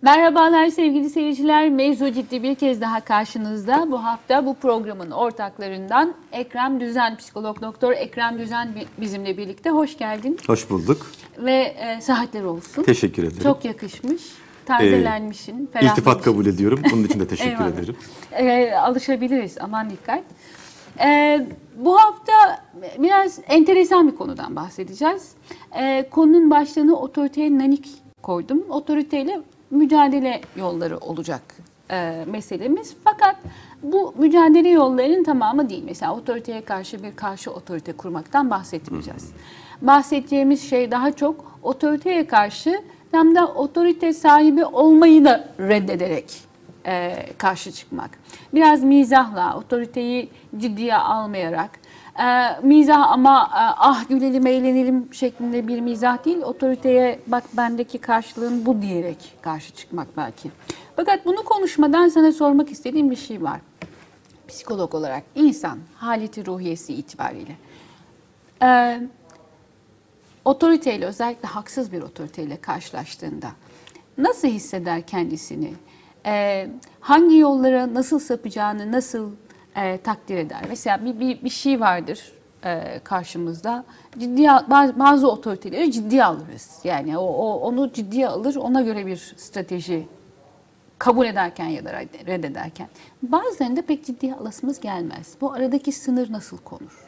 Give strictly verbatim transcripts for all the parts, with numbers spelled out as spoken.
Merhabalar sevgili seyirciler. Mevzu Ciddi bir kez daha karşınızda. Bu hafta bu programın ortaklarından Ekrem Düzen, psikolog doktor Ekrem Düzen bizimle birlikte. Hoş geldin. Hoş bulduk. Ve e, saatler olsun. Teşekkür ederim. Çok yakışmış. Tazelenmişsin, Ee, ferahladın. İltifat kabul ediyorum. Bunun için de teşekkür ederim. E, alışabiliriz. Aman dikkat. E, bu hafta biraz enteresan bir konudan bahsedeceğiz. E, konunun başlığını otoriteye nanik koydum. Otoriteyle mücadele yolları olacak e, meselemiz. Fakat bu mücadele yollarının tamamı değil. Mesela otoriteye karşı bir karşı otorite kurmaktan bahsetmeyeceğiz. Hı-hı. Bahsedeceğimiz şey daha çok otoriteye karşı hem de otorite sahibi olmayı da reddederek e, karşı çıkmak. Biraz mizahla, otoriteyi ciddiye almayarak, E, mizah ama e, ah gülelim eğlenelim şeklinde bir mizah değil, otoriteye bak bendeki karşılığın bu diyerek karşı çıkmak belki. Fakat bunu konuşmadan sana sormak istediğim bir şey var. Psikolog olarak insan haleti ruhiyesi itibariyle e, otoriteyle, özellikle haksız bir otoriteyle karşılaştığında nasıl hisseder kendisini? E, hangi yollara nasıl sapacağını nasıl E, takdir eder. Mesela bir, bir, bir şey vardır e, karşımızda. Ciddiye, bazı, bazı otoriteleri ciddiye alırız. Yani o, o onu ciddiye alır, ona göre bir strateji kabul ederken ya da reddederken. Bazılarında pek ciddiye alasımız gelmez. Bu aradaki sınır nasıl konur?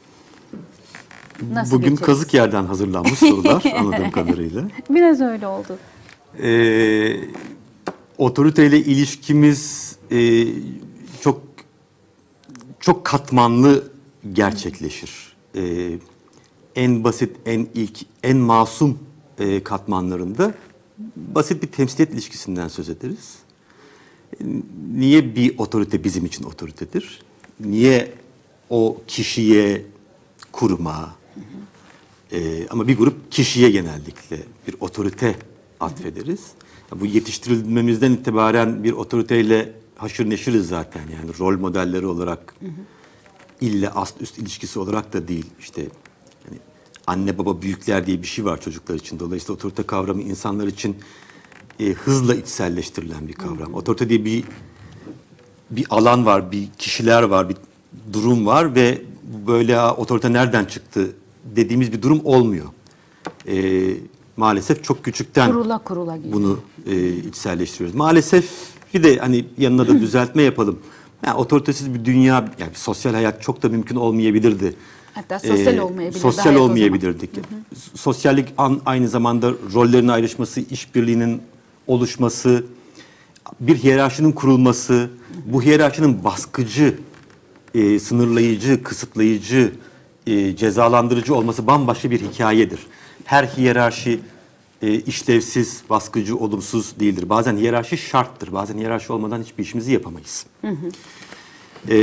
Nasıl Bugün geçeriz? Kazık yerden hazırlanmış sorular anladığım kadarıyla. Biraz öyle oldu. Ee, otoriteyle ilişkimiz e, çok çok katmanlı gerçekleşir. Ee, en basit, en ilk, en masum e, katmanlarında basit bir temsiliyet ilişkisinden söz ederiz. Niye bir otorite bizim için otoritedir? Niye o kişiye, kuruma, e, ama bir grup kişiye genellikle bir otorite atfederiz. Bu yetiştirilmemizden itibaren bir otoriteyle haşır neşiriz zaten, yani rol modelleri olarak, hı hı. ille ast üst ilişkisi olarak da değil. İşte yani anne baba büyükler diye bir şey var çocuklar için. Dolayısıyla otorite kavramı insanlar için e, hızla içselleştirilen bir kavram. Hı hı. Otorite diye bir bir alan var, bir kişiler var, bir durum var ve böyle otorite nereden çıktı dediğimiz bir durum olmuyor. E, maalesef çok küçükten kurula kurula gibi. bunu e, içselleştiriyoruz. Maalesef bir de hani yanına da düzeltme yapalım. Yani otoritesiz bir dünya, yani bir sosyal hayat çok da mümkün olmayabilirdi. Hatta sosyal olmayabilirdi. Ee, sosyal olmayabilirdik. Hı hı. Sosyallik an, aynı zamanda rollerin ayrışması, işbirliğinin oluşması, bir hiyerarşinin kurulması, hı hı. bu hiyerarşinin baskıcı, e, sınırlayıcı, kısıtlayıcı, e, cezalandırıcı olması bambaşka bir hikayedir. Her hiyerarşi E, işlevsiz, baskıcı, olumsuz değildir. Bazen hiyerarşi şarttır. Bazen hiyerarşi olmadan hiçbir işimizi yapamayız. Hı hı. E,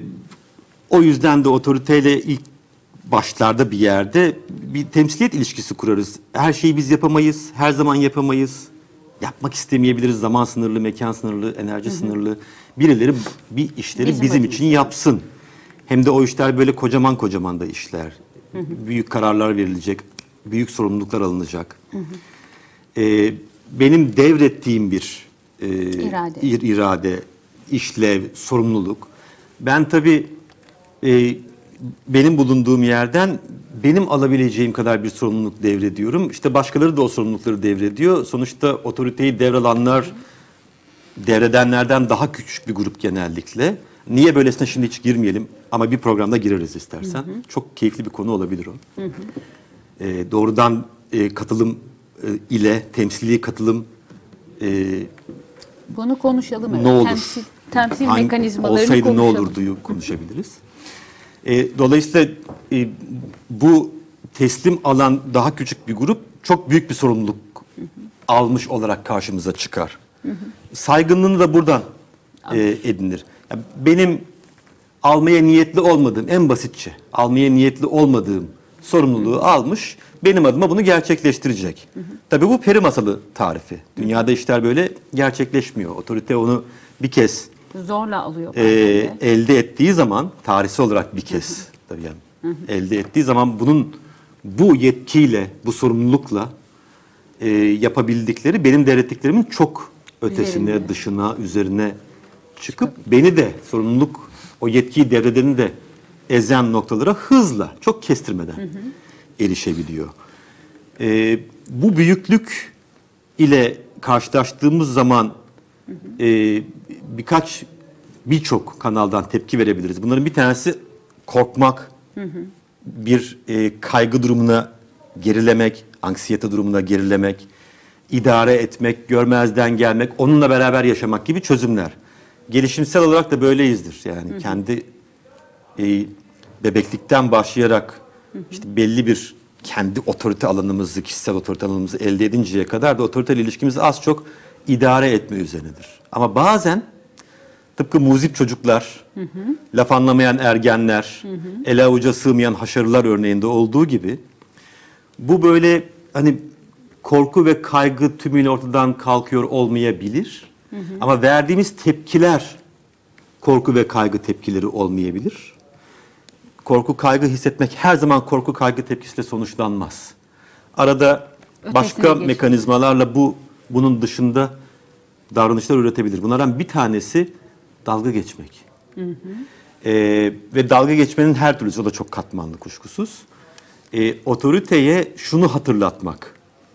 o yüzden de otoriteyle ilk başlarda bir yerde bir temsiliyet ilişkisi kurarız. Her şeyi biz yapamayız, her zaman yapamayız. Yapmak istemeyebiliriz. Zaman sınırlı, mekan sınırlı, enerji hı hı. sınırlı. Birileri bir işleri bizim, bizim için yapsın. Hem de o işler böyle kocaman kocaman da işler. Hı hı. Büyük kararlar verilecek. Büyük sorumluluklar alınacak. Hı hı. Ee, benim devrettiğim bir e, irade. Ir, irade, işlev, sorumluluk. Ben tabii e, benim bulunduğum yerden benim alabileceğim kadar bir sorumluluk devrediyorum. İşte başkaları da o sorumlulukları devrediyor. Sonuçta otoriteyi devralanlar, hı. devredenlerden daha küçük bir grup genellikle. Niye böylesine şimdi hiç girmeyelim ama bir programda gireriz istersen. Hı hı. Çok keyifli bir konu olabilir o. Hı hı. E, doğrudan e, katılım e, ile temsili katılım e, bunu konuşalım. Ne evet. olur? Temsil, temsil Hangi, mekanizmalarını olsaydı konuşalım. ne olurduyu konuşabiliriz. E, dolayısıyla e, bu teslim alan daha küçük bir grup çok büyük bir sorumluluk hı hı. almış olarak karşımıza çıkar. Hı hı. Saygınlığını da buradan e, edinir. Yani benim almaya niyetli olmadığım, en basitçe almaya niyetli olmadığım sorumluluğu hı. almış, benim adıma bunu gerçekleştirecek. Hı hı. Tabii bu peri masalı tarifi. Dünyada işler böyle gerçekleşmiyor. Otorite onu bir kez zorla alıyor. E, elde ettiği zaman, tarihsel olarak bir kez hı hı. tabii yani hı hı. elde ettiği zaman bunun bu yetkiyle, bu sorumlulukla e, yapabildikleri benim devrettiklerimin çok ötesine, Üzerine. dışına, üzerine çıkıp beni de sorumluluk, o yetkiyi devredeni de ezen noktalara hızla, çok kestirmeden hı hı. erişebiliyor. Ee, bu büyüklük ile karşılaştığımız zaman hı hı. E, birkaç, birçok kanaldan tepki verebiliriz. Bunların bir tanesi korkmak, hı hı. bir e, kaygı durumuna gerilemek, anksiyete durumuna gerilemek, idare etmek, görmezden gelmek, onunla beraber yaşamak gibi çözümler. Gelişimsel olarak da böyleyizdir. Yani hı hı. kendi e, bebeklikten başlayarak hı hı. işte belli bir kendi otorite alanımızı, kişisel otorite alanımızı elde edinceye kadar da otoriteyle ilişkimiz az çok idare etme üzerinedir. Ama bazen tıpkı muzip çocuklar, hı hı. laf anlamayan ergenler, hı hı. ele avuca sığmayan haşarılar örneğinde olduğu gibi bu böyle hani korku ve kaygı tümüyle ortadan kalkıyor olmayabilir. Hı hı. Ama verdiğimiz tepkiler korku ve kaygı tepkileri olmayabilir. Korku, kaygı hissetmek her zaman korku, kaygı tepkisiyle sonuçlanmaz. Arada ötesine başka geçiyor. Mekanizmalarla bu bunun dışında davranışlar üretebilir. Bunlardan bir tanesi dalga geçmek. Hı hı. Ee, ve dalga geçmenin her türlüsü, o da çok katmanlı kuşkusuz. Ee, otoriteye şunu hatırlatmak.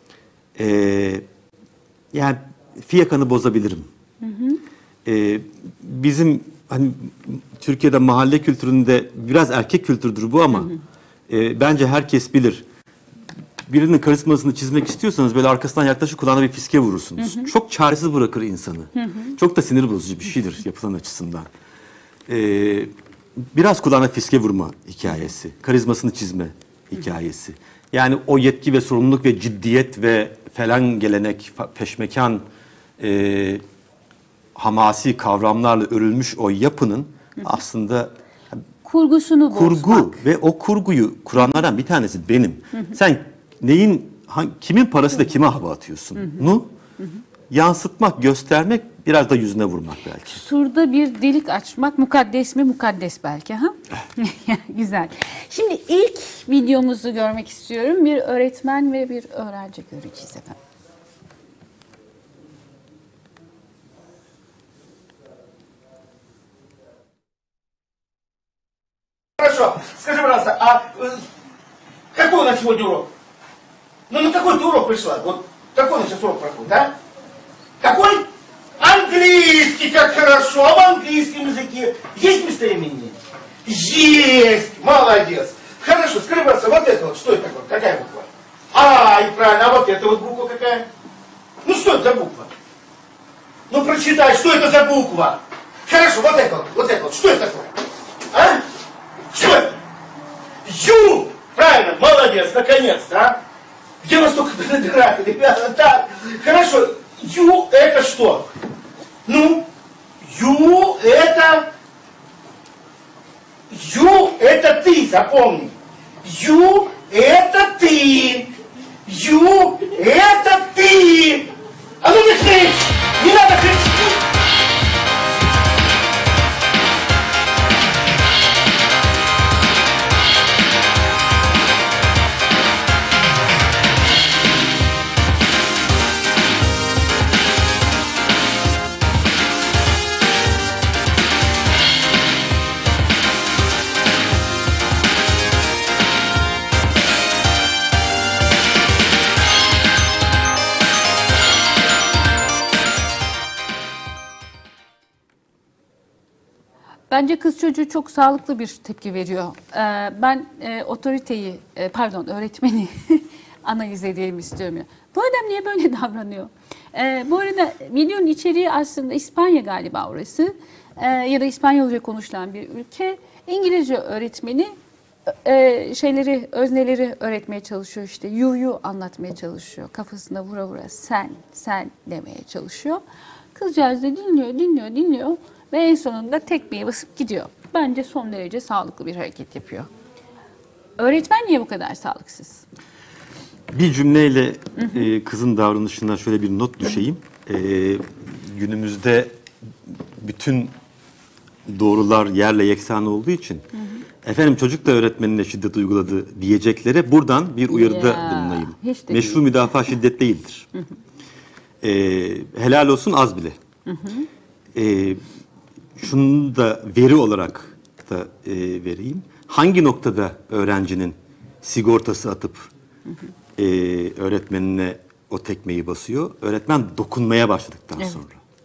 Ee, yani fiyakanı bozabilirim. Hı hı. Ee, bizim hani Türkiye'de mahalle kültüründe biraz erkek kültürdür bu ama hı hı. E, bence herkes bilir. Birinin karizmasını çizmek istiyorsanız böyle arkasından yaklaşık kulağına bir fiske vurursunuz. Hı hı. Çok çaresiz bırakır insanı. Hı hı. Çok da sinir bozucu bir şeydir yapılan açısından. Ee, biraz kulağına fiske vurma hikayesi. Karizmasını çizme hikayesi. Yani o yetki ve sorumluluk ve ciddiyet ve falan gelenek, peşmekan e, hamasi kavramlarla örülmüş o yapının hı hı. aslında kurgusunu kurgu bozmak. Ve o kurguyu kuranlardan bir tanesi benim. Hı hı. Sen neyin, hangi, kimin parasıyla kime hava atıyorsun? Hı hı. Nu hı hı. yansıtmak, göstermek, biraz da yüzüne vurmak belki. Surda bir delik açmak mukaddes mi? Mukaddes belki. Ha? Güzel. Şimdi ilk videomuzu görmek istiyorum. Bir öğretmen ve bir öğrenci göreceğiz efendim. Хорошо, скажи, пожалуйста, а э, какой у нас сегодня урок? Ну на какой ты урок пришла? Вот какой у нас сейчас урок проходит, а? Какой? Английский, как хорошо, а в английском языке есть местоимение? Есть, молодец. Хорошо, скажи, пожалуйста, вот это вот, что это такое, какая буква? А, и правильно, а вот эта вот буква какая? Ну что это за буква? Ну прочитай, что это за буква? Хорошо, вот это вот, вот это вот, что это такое? А? Что это? Ю! Правильно, молодец, наконец-то, а? Где у нас только дыра, ребята? Так, хорошо. Ю это что? Ну, Ю это... Ю это ты, запомни. Ю это ты. Ю это ты. А ну не кричь! Не надо кричать! Bence kız çocuğu çok sağlıklı bir tepki veriyor. Ee, ben e, otoriteyi, e, pardon öğretmeni analiz edelim istiyorum. Ya. Bu adam niye böyle davranıyor? Ee, bu arada videonun içeriği aslında İspanya galiba orası. Ee, ya da İspanyolca konuşulan bir ülke. İngilizce öğretmeni e, şeyleri, özneleri öğretmeye çalışıyor işte. Yu'yu anlatmaya çalışıyor. Kafasına vura vura sen, sen demeye çalışıyor. Kızcağız da dinliyor, dinliyor, dinliyor. Ve en sonunda tekmeyi basıp gidiyor. Bence son derece sağlıklı bir hareket yapıyor. Öğretmen niye bu kadar sağlıksız? Bir cümleyle hı hı. E, kızın davranışına şöyle bir not düşeyim. E, günümüzde bütün doğrular yerle yeksan olduğu için hı hı. efendim çocuk da öğretmenine şiddet uyguladı diyeceklere buradan bir uyarıda ya, bulunayım. Meşru müdafaa şiddet değildir. Hı hı. E, helal olsun az bile. Hı hı. E, şunu da veri olarak da e, vereyim. Hangi noktada öğrencinin sigortası atıp hı hı. E, öğretmenine o tekmeyi basıyor? Öğretmen dokunmaya başladıktan evet. sonra.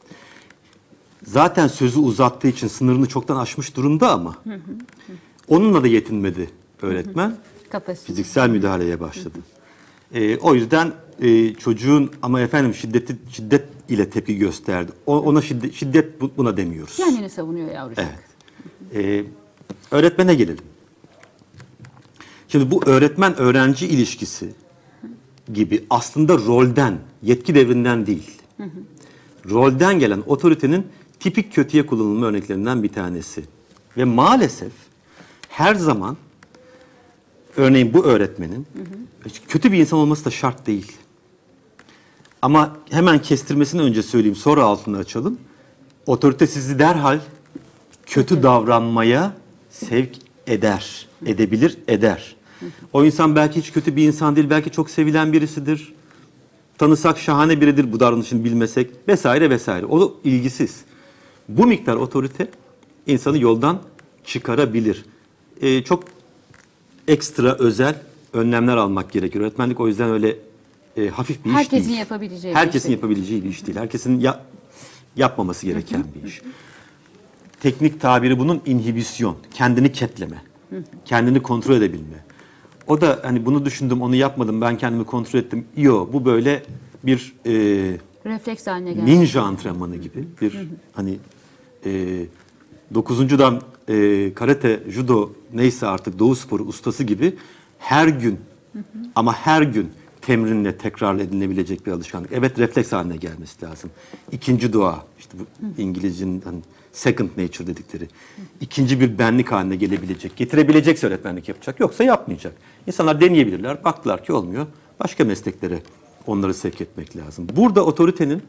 Zaten sözü uzattığı için sınırını çoktan aşmış durumda ama hı hı. onunla da yetinmedi öğretmen. Hı hı. Fiziksel müdahaleye başladı. Hı hı. E, o yüzden e, çocuğun ama efendim şiddeti şiddet ile tepki gösterdi. O, ona şiddet, şiddet buna demiyoruz. Kendini savunuyor yavrucak. Evet. E, öğretmene gelelim. Şimdi bu öğretmen-öğrenci ilişkisi gibi aslında rolden, yetki devrinden değil. Hı hı. Rolden gelen otoritenin tipik kötüye kullanılma örneklerinden bir tanesi. Ve maalesef her zaman örneğin bu öğretmenin hı hı. kötü bir insan olması da şart değil. Ama hemen kestirmesini önce söyleyeyim, sonra altını açalım. Otorite sizi derhal kötü evet. davranmaya sevk eder, edebilir, eder. Hı hı. O insan belki hiç kötü bir insan değil, belki çok sevilen birisidir. Tanısak şahane biridir bu davranışını bilmesek vesaire vesaire. O ilgisiz. Bu miktar otorite insanı yoldan çıkarabilir. Ee, çok ekstra özel önlemler almak gerekiyor. Öğretmenlik o yüzden öyle e, hafif bir iş Herkesin değil. Herkesin yapabileceği Herkesin bir yapabileceği bir iş değil. Herkesin ya, yapmaması gereken bir iş. Teknik tabiri bunun inhibisyon. Kendini ketleme. Kendini kontrol edebilme. O da hani bunu düşündüm, onu yapmadım, ben kendimi kontrol ettim. Yok, bu böyle bir e, refleks haline geldi. Ninja antrenmanı gibi bir hani e, dokuzuncu dan e, karate, judo neyse artık doğu sporu ustası gibi her gün hı hı. ama her gün temrinle tekrar edilebilecek bir alışkanlık. Evet, refleks haline gelmesi lazım. İkinci dua, işte bu İngilizcenin hani second nature dedikleri. İkinci bir benlik haline gelebilecek, getirebilecekse öğretmenlik yapacak, yoksa yapmayacak. İnsanlar deneyebilirler, baktılar ki olmuyor, başka mesleklere onları sevk etmek lazım. Burada otoritenin,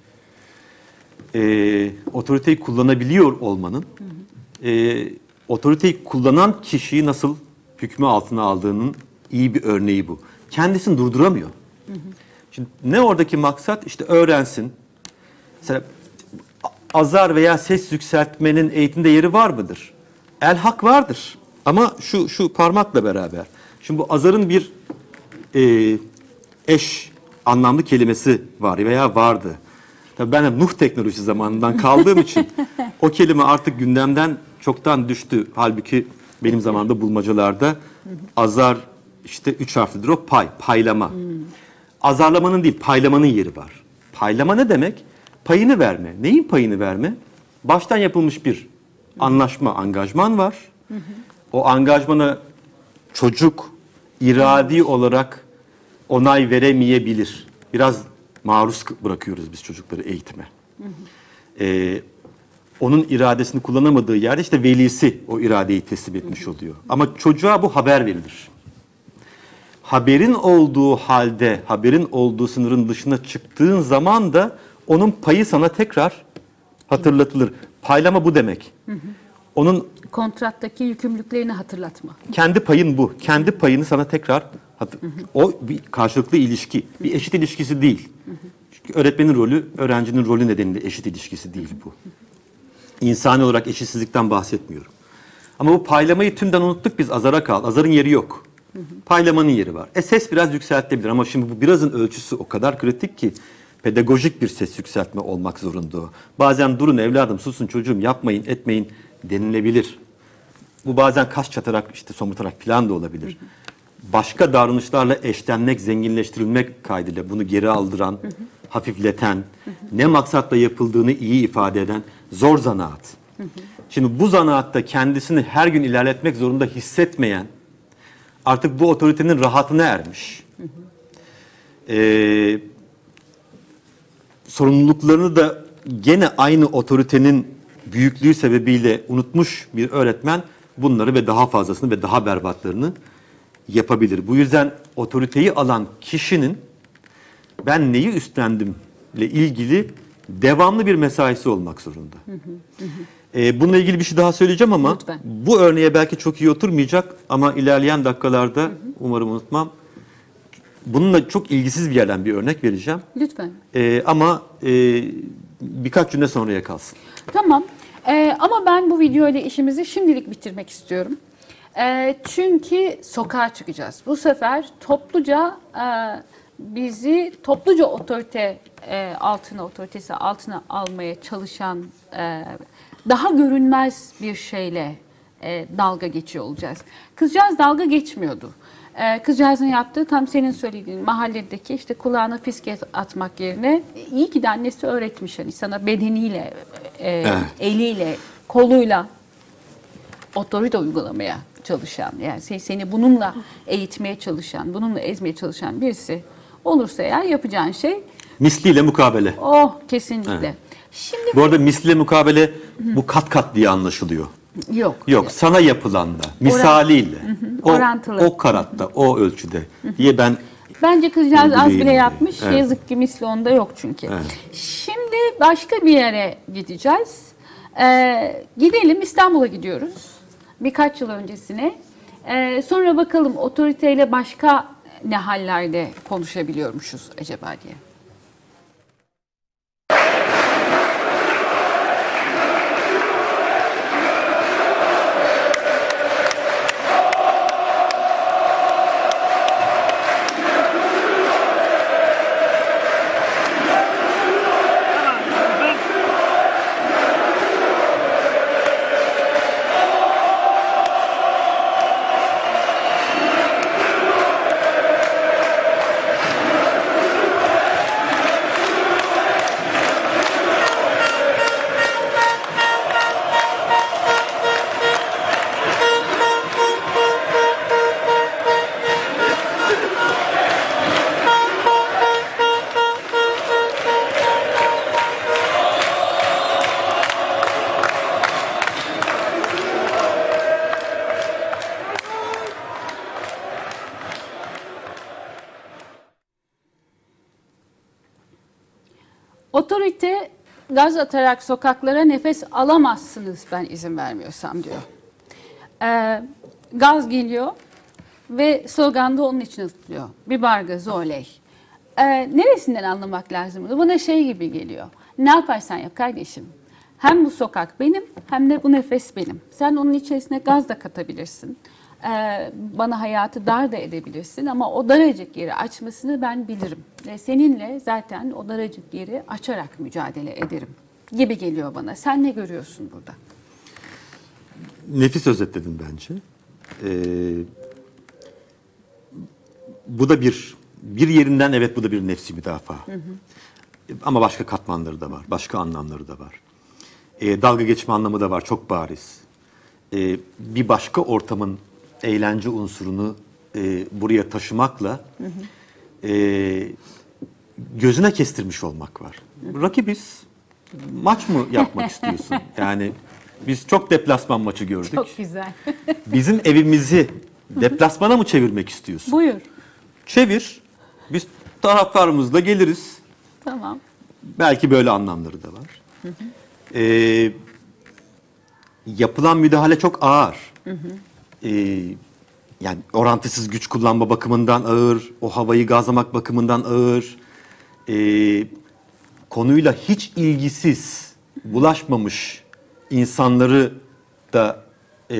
e, otoriteyi kullanabiliyor olmanın, e, otoriteyi kullanan kişiyi nasıl hükmü altına aldığının iyi bir örneği bu. Kendisini durduramıyor. Hı hı. Şimdi ne oradaki maksat? İşte öğrensin. Mesela azar veya ses yükseltmenin eğitimde yeri var mıdır? Elhak vardır. Ama şu şu parmakla beraber. Şimdi bu azarın bir e, eş anlamlı kelimesi var veya vardı. Tabii ben Nuh teknolojisi zamanından kaldığım için o kelime artık gündemden çoktan düştü. Halbuki benim zamanımda bulmacalarda azar işte üç harflidir, o pay, paylama. Hmm. Azarlamanın değil, paylamanın yeri var. Paylama ne demek? Payını verme. Neyin payını verme? Baştan yapılmış bir anlaşma, angajman var. Hı hı. O angajmana çocuk iradi olarak onay veremeyebilir. Biraz maruz bırakıyoruz biz çocukları eğitime. Hı hı. Ee, onun iradesini kullanamadığı yerde işte velisi o iradeyi teslim etmiş oluyor. Ama çocuğa bu haber verilir. Haberin olduğu halde, haberin olduğu sınırın dışına çıktığın zaman da onun payı sana tekrar hatırlatılır. Paylama bu demek. Hı hı. Onun kontrattaki yükümlülüklerini hatırlatma. Kendi payın bu. Kendi payını sana tekrar hatır... Hı hı. O bir karşılıklı ilişki. Bir eşit ilişkisi değil. Hı hı. Çünkü öğretmenin rolü, öğrencinin rolü nedeniyle eşit ilişkisi değil bu. İnsani olarak eşitsizlikten bahsetmiyorum. Ama bu paylamayı tümden unuttuk biz, azara kal. Azarın yeri yok. Hı hı. Paylamanın yeri var. E ses biraz yükseltilebilir ama şimdi bu birazın ölçüsü o kadar kritik ki pedagojik bir ses yükseltme olmak zorunda o. Bazen durun evladım, susun çocuğum, yapmayın, etmeyin denilebilir. Bu bazen kaş çatarak, işte somurtarak falan da olabilir. Hı hı. Başka davranışlarla eşlenmek, zenginleştirilmek kaydıyla bunu geri aldıran, hı hı. hafifleten, hı hı. ne maksatla yapıldığını iyi ifade eden zor zanaat. Hı hı. Şimdi bu zanaatta kendisini her gün ilerletmek zorunda hissetmeyen, artık bu otoritenin rahatına ermiş. Hı hı. Ee, sorumluluklarını da gene aynı otoritenin büyüklüğü sebebiyle unutmuş bir öğretmen bunları ve daha fazlasını ve daha berbatlarını yapabilir. Bu yüzden otoriteyi alan kişinin ben neyi üstlendim ile ilgili devamlı bir mesaisi olmak zorunda. Hı hı, hı. Ee, bununla ilgili bir şey daha söyleyeceğim ama lütfen. Bu örneğe belki çok iyi oturmayacak ama ilerleyen dakikalarda hı hı. umarım unutmam. bununla çok ilgisiz bir yerden bir örnek vereceğim. Lütfen. Ee, ama e, birkaç cümle sonraya kalsın. Tamam. Ee, ama ben bu videoyla işimizi şimdilik bitirmek istiyorum. Ee, çünkü sokağa çıkacağız. Bu sefer topluca e, bizi topluca otorite e, altına, otoritesi altına almaya çalışan e, daha görünmez bir şeyle e, dalga geçiyor olacağız. Kızcağız dalga geçmiyordu. Ee, kızcağızın yaptığı tam senin söylediğin mahalledeki işte kulağına fiske atmak yerine iyi ki de annesi öğretmiş hani sana bedeniyle, e, Evet. eliyle, koluyla otorite uygulamaya çalışan, yani se- seni bununla eğitmeye çalışan, bununla ezmeye çalışan birisi olursa eğer yapacağın şey Misliyle mukabele. oh kesinlikle. Evet. Şimdi Bu arada misliyle mukabele bu kat kat diye anlaşılıyor. yok. Yok, sana yapılan da misaliyle, o, Orantılı. o karatta, o ölçüde diye ben Bence kızcağız az Bilgileyim bile diye. yapmış. Evet. Yazık ki misli onda yok çünkü. Evet. Şimdi başka bir yere gideceğiz. Ee, gidelim İstanbul'a gidiyoruz. Birkaç yıl öncesine. Ee, sonra bakalım otoriteyle başka ne hallerde konuşabiliyormuşuz acaba diye. Otorite gaz atarak sokaklara nefes alamazsınız ben izin vermiyorsam diyor. Ee, gaz geliyor ve slogan da onun için atılıyor. Bir bar gazı oley. Ee, neresinden anlamak lazım bunu? Bana şey gibi geliyor. Ne yaparsan yap kardeşim. Hem bu sokak benim hem de bu nefes benim. Sen onun içerisine gaz da katabilirsin. Ee, bana hayatı dar da edebilirsin ama o daracık yeri açmasını ben bilirim. Ve seninle zaten o daracık yeri açarak mücadele ederim gibi geliyor bana. Sen ne görüyorsun burada? nefis özetledin bence. Ee, bu da bir bir yerinden evet bu da bir nefsi müdafaa. Hı hı. Ama başka katmanları da var, başka anlamları da var. Ee, dalga geçme anlamı da var, çok bariz. Ee, bir başka ortamın eğlence unsurunu e, buraya taşımakla hı hı. E, gözüne kestirmiş olmak var. Hı. Rakibiz, maç mı yapmak istiyorsun? Yani biz çok deplasman maçı gördük. Çok güzel. Bizim evimizi deplasmana mı çevirmek istiyorsun? Buyur. Çevir. Biz taraftarımızla geliriz. Tamam. Belki böyle anlamları da var. Hı hı. Ee, yapılan müdahale çok ağır. Hı hı. Ee, yani orantısız güç kullanma bakımından ağır, o havayı gazlamak bakımından ağır. Ee, konuyla hiç ilgisiz, bulaşmamış insanları da e,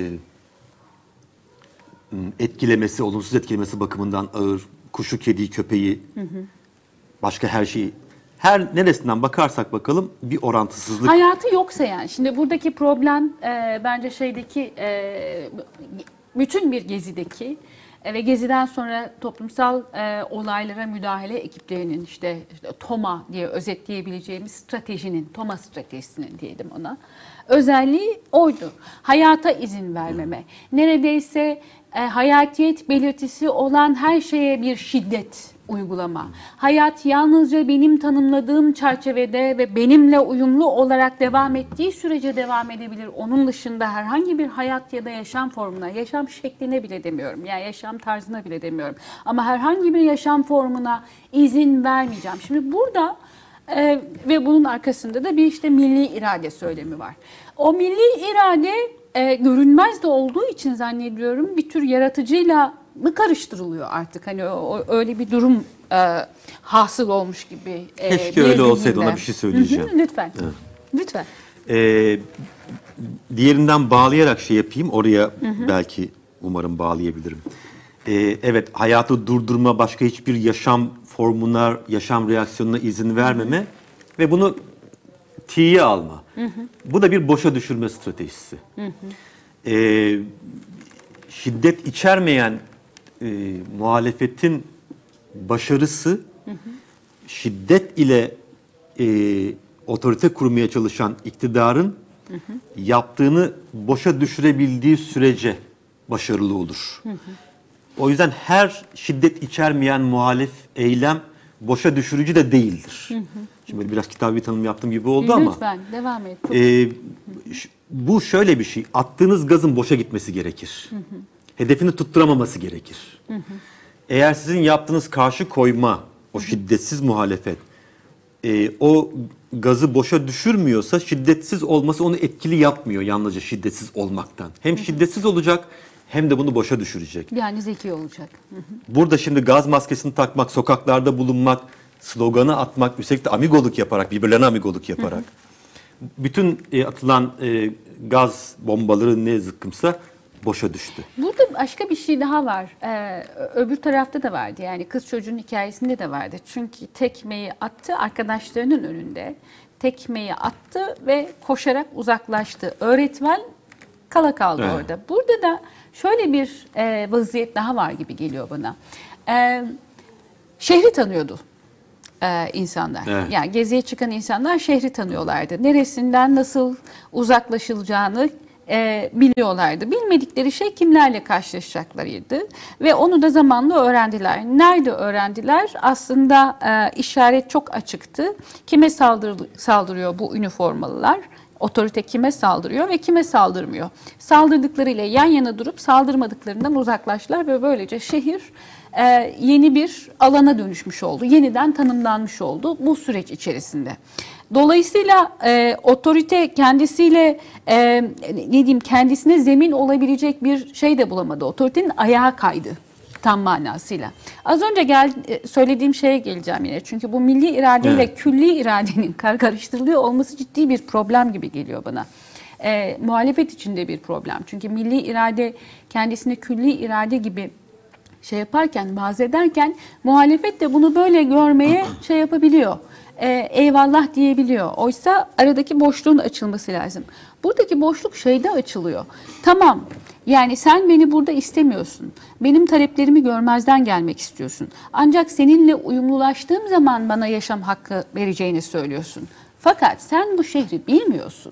etkilemesi, olumsuz etkilemesi bakımından ağır. Kuşu, kediyi, köpeği, hı hı. başka her şeyi. Her neresinden bakarsak bakalım bir orantısızlık. Hayatı yoksa yani. Şimdi buradaki problem e, bence şeydeki e, bütün bir gezideki e, ve geziden sonra toplumsal e, olaylara müdahale ekiplerinin işte, işte TOMA diye özetleyebileceğimiz stratejinin, TOMA stratejisinin diyelim ona. Özelliği oydu. Hayata izin vermeme. Neredeyse e, hayatiyet belirtisi olan her şeye bir şiddet uygulama. Hayat yalnızca benim tanımladığım çerçevede ve benimle uyumlu olarak devam ettiği sürece devam edebilir. Onun dışında herhangi bir hayat ya da yaşam formuna, yaşam şekline bile demiyorum. Yani yaşam tarzına bile demiyorum. Ama herhangi bir yaşam formuna izin vermeyeceğim. Şimdi burada e, ve bunun arkasında da bir işte milli irade söylemi var. O milli irade e, görünmez de olduğu için zannediyorum bir tür yaratıcıyla mı karıştırılıyor artık? Hani o, o- öyle bir durum e, hasıl olmuş gibi. e, Keşke bir öyle olsaydı, zihinde. ona bir şey söyleyeceğim. Hı hı, lütfen. Lütfen. Ee, diğerinden bağlayarak şey yapayım. Oraya belki umarım bağlayabilirim. Ee, evet, hayatı durdurma, başka hiçbir yaşam formuna, yaşam reaksiyonuna izin vermeme ve bunu tiye alma. Bu da bir boşa düşürme stratejisi. Ee, şiddet içermeyen e, muhalefetin başarısı şiddet ile e, otorite kurmaya çalışan iktidarın yaptığını boşa düşürebildiği sürece başarılı olur. O yüzden her şiddet içermeyen muhalif eylem boşa düşürücü de değildir. Şimdi böyle biraz kitabı bir tanım yaptığım gibi oldu ama Lütfen devam et. Çok- e, ş- bu şöyle bir şey. Attığınız gazın boşa gitmesi gerekir. Hedefini tutturamaması gerekir. Eğer sizin yaptığınız karşı koyma, o şiddetsiz muhalefet, e, o gazı boşa düşürmüyorsa şiddetsiz olması onu etkili yapmıyor yalnızca şiddetsiz olmaktan. Hem şiddetsiz olacak hem de bunu boşa düşürecek. Yani zeki olacak. Hı hı. Burada şimdi gaz maskesini takmak, sokaklarda bulunmak, sloganı atmak, üstelik de amigoluk yaparak, birbirlerine amigoluk yaparak. Bütün e, atılan e, gaz bombaları ne zıkkımsa boşa düştü. Burada başka bir şey daha var. Ee, öbür tarafta da vardı. Yani kız çocuğun hikayesinde de vardı. Çünkü tekmeyi attı arkadaşlarının önünde. Tekmeyi attı ve koşarak uzaklaştı. Öğretmen kala kaldı Evet. orada. Burada da şöyle bir e, vaziyet daha var gibi geliyor bana. Ee, şehri tanıyordu e, insanlar. Evet. Yani geziye çıkan insanlar şehri tanıyorlardı. Neresinden nasıl uzaklaşılacağını e, biliyorlardı. Bilmedikleri şey kimlerle karşılaşacaklarıydı ve onu da zamanla öğrendiler. Nerede öğrendiler? Aslında e, işaret çok açıktı. Kime saldır, saldırıyor bu üniformalılar? Otorite kime saldırıyor ve kime saldırmıyor? Saldırdıklarıyla yan yana durup saldırmadıklarından uzaklaştılar ve böylece şehir e, yeni bir alana dönüşmüş oldu. Yeniden tanımlanmış oldu bu süreç içerisinde. Dolayısıyla e, otorite kendisiyle e, ne diyeyim kendisine zemin olabilecek bir şey de bulamadı. Otoritenin ayağa kaydı tam manasıyla. Az önce gel, söylediğim şeye geleceğim yine. Çünkü bu milli iradeyle Evet. külli iradenin kar karıştırılıyor olması ciddi bir problem gibi geliyor bana. E, muhalefet içinde bir problem. Çünkü milli irade kendisine külli irade gibi şey yaparken, vaaz ederken muhalefet de bunu böyle görmeye şey yapabiliyor. E, eyvallah diyebiliyor. Oysa aradaki boşluğun açılması lazım. Buradaki boşluk şeyde açılıyor. Tamam, yani sen beni burada istemiyorsun. Benim taleplerimi görmezden gelmek istiyorsun. Ancak seninle uyumlulaştığım zaman bana yaşam hakkı vereceğini söylüyorsun. Fakat sen bu şehri bilmiyorsun.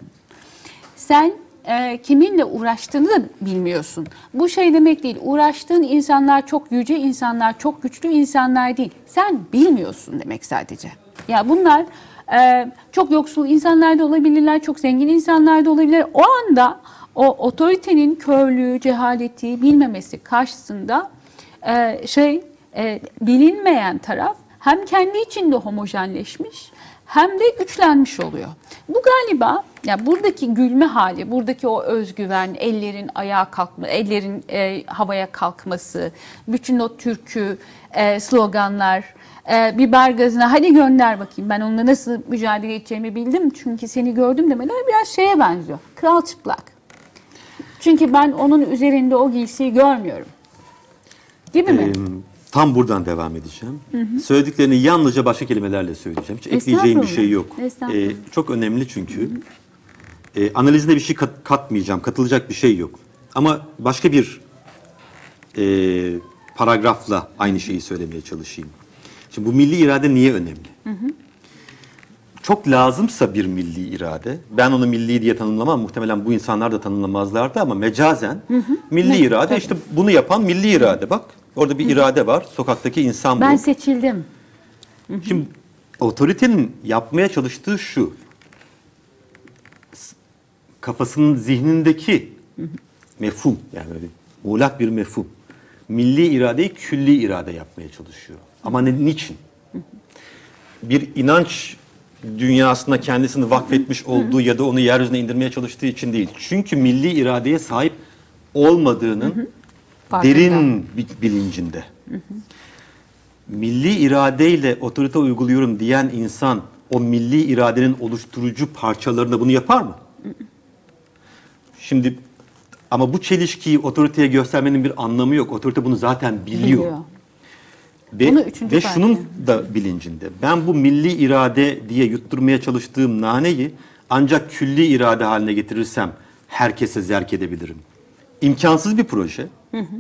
Sen e, kiminle uğraştığını da bilmiyorsun. Bu şey demek değil. Uğraştığın insanlar çok yüce insanlar, çok güçlü insanlar değil. Sen bilmiyorsun demek sadece. Ya bunlar e, çok yoksul insanlar da olabilirler, çok zengin insanlar da olabilirler. O anda o otoritenin körlüğü, cehaleti, bilmemesi karşısında e, şey e, bilinmeyen taraf hem kendi içinde homojenleşmiş hem de güçlenmiş oluyor. Bu galiba ya buradaki gülme hali, buradaki o özgüven, ellerin ayağa kalkma, ellerin e, havaya kalkması, bütün o türkü e, sloganlar, e, biber gazına hadi gönder bakayım ben onunla nasıl mücadele edeceğimi bildim çünkü seni gördüm demeler biraz şeye benziyor. Kral çıplak. Çünkü ben onun üzerinde o giysiyi görmüyorum. Gibi mi? Ee, tam buradan devam edeceğim. Söylediklerini yalnızca başka kelimelerle söyleyeceğim. Hiç ekleyeceğim bir şey yok. Estağfurullah. Ee, çok önemli çünkü. Ee, analizine bir şey kat- katmayacağım. Katılacak bir şey yok. Ama başka bir e, paragrafla aynı şeyi söylemeye çalışayım. Şimdi bu milli irade niye önemli? Çok lazımsa bir milli irade, ben onu milli diye tanımlamam, muhtemelen bu insanlar da tanımlamazlardı ama mecazen milli Ne? irade Tabii. işte bunu yapan milli irade. Bak orada bir irade var, sokaktaki insan bu. Ben seçildim. Şimdi otoritenin yapmaya çalıştığı şu, s- kafasının zihnindeki mefhum, yani böyle muğlak bir mefhum, milli iradeyi külli irade yapmaya çalışıyor. Ama ne, niçin? Bir inanç dünyasına kendisini vakfetmiş olduğu ya da onu yeryüzüne indirmeye çalıştığı için değil. Çünkü milli iradeye sahip olmadığının Farkında. derin bi- bilincinde. Hı hı. Milli iradeyle otorite uyguluyorum diyen insan o milli iradenin oluşturucu parçalarında bunu yapar mı? Hı hı. Şimdi ama bu çelişkiyi otoriteye göstermenin bir anlamı yok. Otorite bunu zaten biliyor. Biliyor. Ve, Bunu üçüncü ve parti. şunun da bilincinde. Ben bu milli irade diye yutturmaya çalıştığım naneyi ancak külli irade haline getirirsem herkese zerk edebilirim. İmkansız bir proje. Hı hı.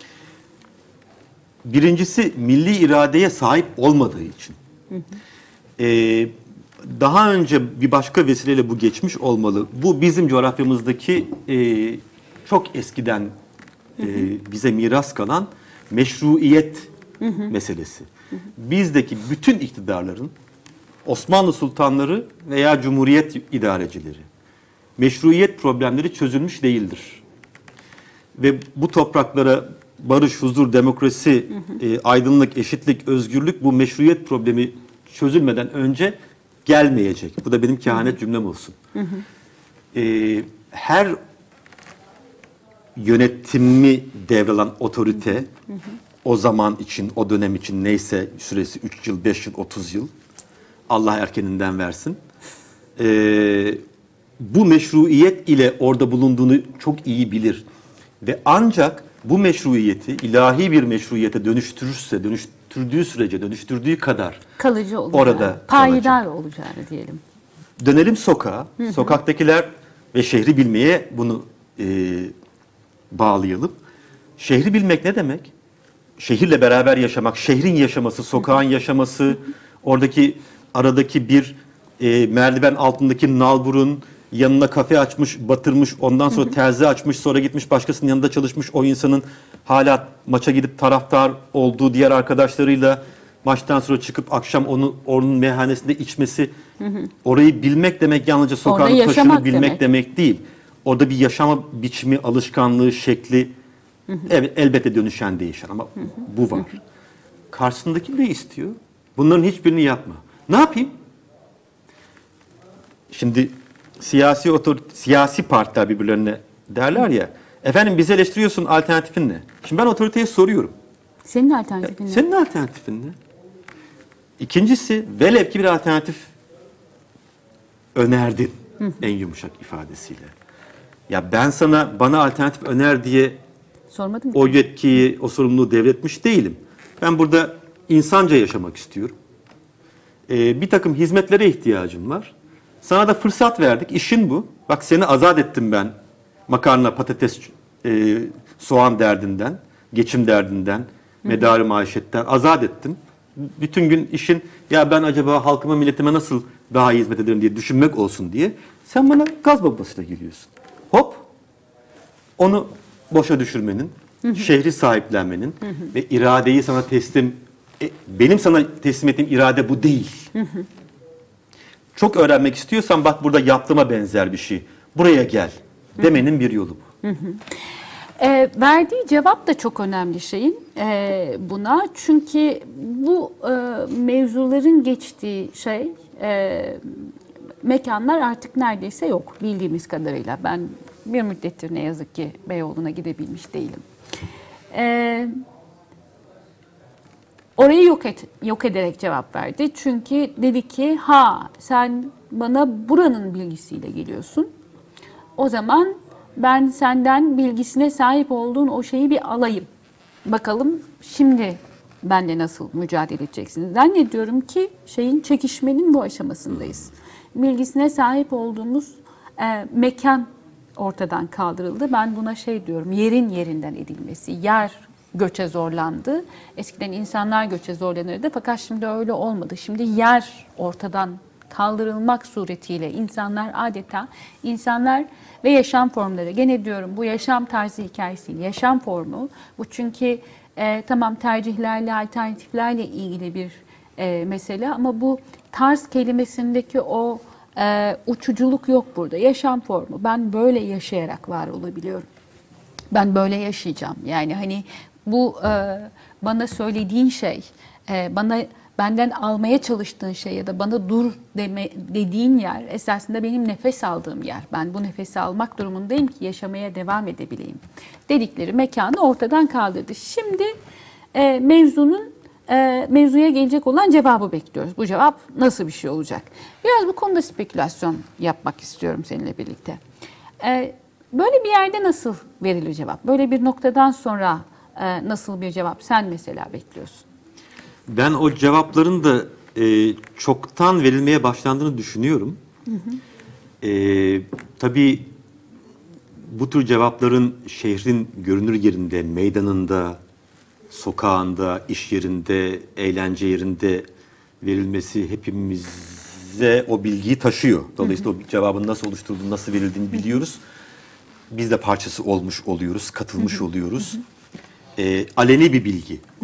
Birincisi milli iradeye sahip olmadığı için. Hı hı. Ee, daha önce bir başka vesileyle bu geçmiş olmalı. Bu bizim coğrafyamızdaki e, çok eskiden e, bize miras kalan meşruiyet hı hı. meselesi. Hı hı. Bizdeki bütün iktidarların Osmanlı sultanları veya cumhuriyet idarecileri meşruiyet problemleri çözülmüş değildir. Ve bu topraklara barış, huzur, demokrasi, hı hı. E, aydınlık, eşitlik, özgürlük bu meşruiyet problemi çözülmeden önce gelmeyecek. Bu da benim kehanet cümlem olsun. Hı hı. E, her yönetimi devralan otorite hı hı. o zaman için, o dönem için neyse süresi üç yıl, beş yıl, otuz yıl Allah erkeninden versin. E, bu meşruiyet ile orada bulunduğunu çok iyi bilir. Ve ancak bu meşruiyeti ilahi bir meşruiyete dönüştürürse, dönüştürdüğü sürece, dönüştürdüğü kadar kalıcı olacağını, orada payidar olacağını diyelim. Dönelim sokağa. Hı hı. Sokaktakiler ve şehri bilmeye bunu e, bağlayalım. Şehri bilmek ne demek? Şehirle beraber yaşamak, şehrin yaşaması, sokağın yaşaması, hı hı. oradaki aradaki bir e, merdiven altındaki nalburun yanına kafe açmış, batırmış, ondan sonra hı hı. terzi açmış, sonra gitmiş başkasının yanında çalışmış, o insanın hala maça gidip taraftar olduğu diğer arkadaşlarıyla maçtan sonra çıkıp akşam onu onun meyhanesinde içmesi, hı hı. orayı bilmek demek yalnızca sokağın taşını bilmek demek. demek değil. Orada bir yaşama biçimi, alışkanlığı, şekli hı hı. evet elbette dönüşen, değişen ama hı hı. bu var. Hı hı. Karşısındaki ne istiyor? Bunların hiçbirini yapma. Ne yapayım? Şimdi siyasi otorite, siyasi partiler birbirlerine derler ya, efendim bizi eleştiriyorsun, alternatifin ne? Şimdi ben otoriteye soruyorum. Senin alternatifin ne? Senin alternatifin ne? İkincisi, velev ki bir alternatif önerdin hı hı. en yumuşak ifadesiyle. Ya ben sana bana alternatif öner diye sormadım o ki. yetkiyi, o sorumluluğu devretmiş değilim. Ben burada insanca yaşamak istiyorum. Ee, bir takım hizmetlere ihtiyacım var. Sana da fırsat verdik. İşin bu. Bak seni azat ettim ben. Makarna, patates, e, soğan derdinden, geçim derdinden, medarı maişetten azat ettim. Bütün gün işin ya ben acaba halkıma, milletime nasıl daha iyi hizmet ederim diye düşünmek olsun diye. Sen bana gaz bombasıyla geliyorsun. Hop. Onu boşa düşürmenin, hı hı. şehri sahiplenmenin hı hı. ve iradeyi sana teslim, e, benim sana teslim ettiğim irade bu değil. Hı hı. Çok öğrenmek istiyorsan bak burada yaptığıma benzer bir şey. Buraya gel demenin bir yolu bu. Hı hı. E, verdiği cevap da çok önemli şeyin e, buna. Çünkü bu e, mevzuların geçtiği şey e, mekanlar artık neredeyse yok bildiğimiz kadarıyla. Ben bir müddettir ne yazık ki Beyoğlu'na gidebilmiş değilim. E, orayı yok, et, yok ederek cevap verdi. Çünkü dedi ki ha sen bana buranın bilgisiyle geliyorsun. O zaman ben senden bilgisine sahip olduğun o şeyi bir alayım. Bakalım şimdi benle nasıl mücadele edeceksiniz? Zannediyorum ki şeyin çekişmenin bu aşamasındayız. Bilgisine sahip olduğumuz e, mekan ortadan kaldırıldı. Ben buna şey diyorum, yerin yerinden edilmesi. Yer göçe zorlandı. Eskiden insanlar göçe zorlanırdı fakat şimdi öyle olmadı. Şimdi yer ortadan kaldırılmak suretiyle insanlar adeta insanlar ve yaşam formları. Gene diyorum bu yaşam tarzı hikayesi, yaşam formu. Bu çünkü e, tamam tercihlerle, alternatiflerle ilgili bir e, mesele ama bu tarz kelimesindeki o e, uçuculuk yok burada. Yaşam formu. Ben böyle yaşayarak var olabiliyorum. Ben böyle yaşayacağım. Yani hani bu e, bana söylediğin şey, e, bana benden almaya çalıştığın şey ya da bana dur deme, dediğin yer esasında benim nefes aldığım yer. Ben bu nefesi almak durumundayım ki yaşamaya devam edebileyim dedikleri mekanı ortadan kaldırdı. Şimdi e, mevzunun e, mevzuya gelecek olan cevabı bekliyoruz. Bu cevap nasıl bir şey olacak? Biraz bu konuda spekülasyon yapmak istiyorum seninle birlikte. E, böyle bir yerde nasıl verilir cevap? Böyle bir noktadan sonra e, nasıl bir cevap sen mesela bekliyorsun? Ben o cevapların da e, çoktan verilmeye başlandığını düşünüyorum. Hı hı. E, tabii bu tür cevapların şehrin görünür yerinde, meydanında, sokağında, iş yerinde, eğlence yerinde verilmesi hepimize o bilgiyi taşıyor. Dolayısıyla hı hı. o cevabın nasıl oluşturulduğunu, nasıl verildiğini biliyoruz. Biz de parçası olmuş oluyoruz, katılmış hı hı. oluyoruz. Hı hı. E, aleni bir bilgi. Hı hı.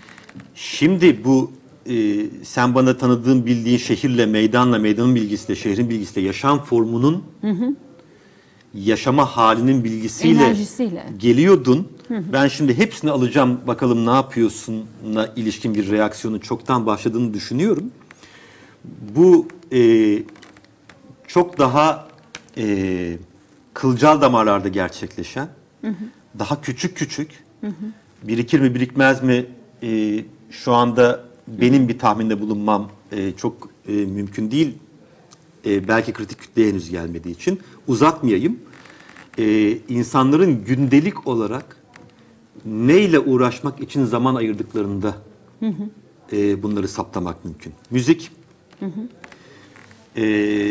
Şimdi bu e, sen bana tanıdığın, bildiğin şehirle, meydanla, meydanın bilgisiyle, şehrin bilgisiyle, yaşam formunun hı hı. yaşama halinin bilgisiyle enerjisiyle geliyordun. Hı hı. Ben şimdi hepsini alacağım, bakalım ne yapıyorsunla ilişkin bir reaksiyonun çoktan başladığını düşünüyorum. Bu e, çok daha e, kılcal damarlarda gerçekleşen, hı hı. daha küçük küçük, hı hı. birikir mi birikmez mi e, şu anda benim bir tahminde bulunmam e, çok e, mümkün değil. E, belki kritik kütleye henüz gelmediği için uzatmayayım. E, insanların gündelik olarak neyle uğraşmak için zaman ayırdıklarında hı hı. E, bunları saptamak mümkün. Müzik, hı hı. E,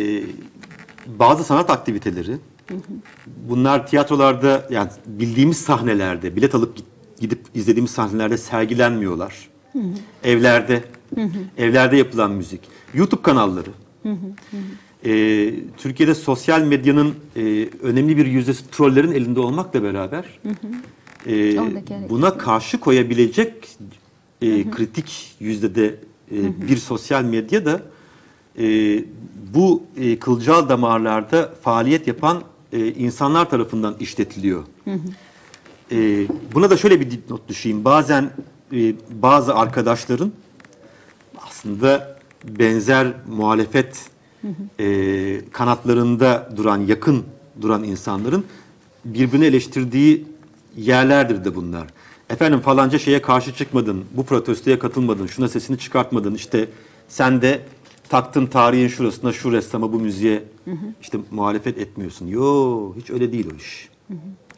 bazı sanat aktiviteleri, hı hı. bunlar tiyatrolarda, yani bildiğimiz sahnelerde, bilet alıp gidip izlediğimiz sahnelerde sergilenmiyorlar. Hı hı. Evlerde, hı hı. evlerde yapılan müzik, YouTube kanalları. Hı hı. Hı hı. Ee, Türkiye'de sosyal medyanın e, önemli bir yüzdesi trollerin elinde olmakla beraber hı hı. E, buna karşı koyabilecek e, hı hı. kritik yüzdede e, hı hı. bir sosyal medya da e, bu e, kılcal damarlarda faaliyet yapan e, insanlar tarafından işletiliyor. Hı hı. E, buna da şöyle bir dipnot düşeyim. Bazen e, bazı arkadaşların aslında benzer muhalefet hı hı. E, kanatlarında duran, yakın duran insanların birbirini eleştirdiği yerlerdir de bunlar. Efendim falanca şeye karşı çıkmadın, bu protestoya katılmadın, şuna sesini çıkartmadın, işte sen de taktın tarihin şurasına, şu ressama, bu müziğe hı hı. işte muhalefet etmiyorsun. Yo, hiç öyle değil o iş. Hı hı.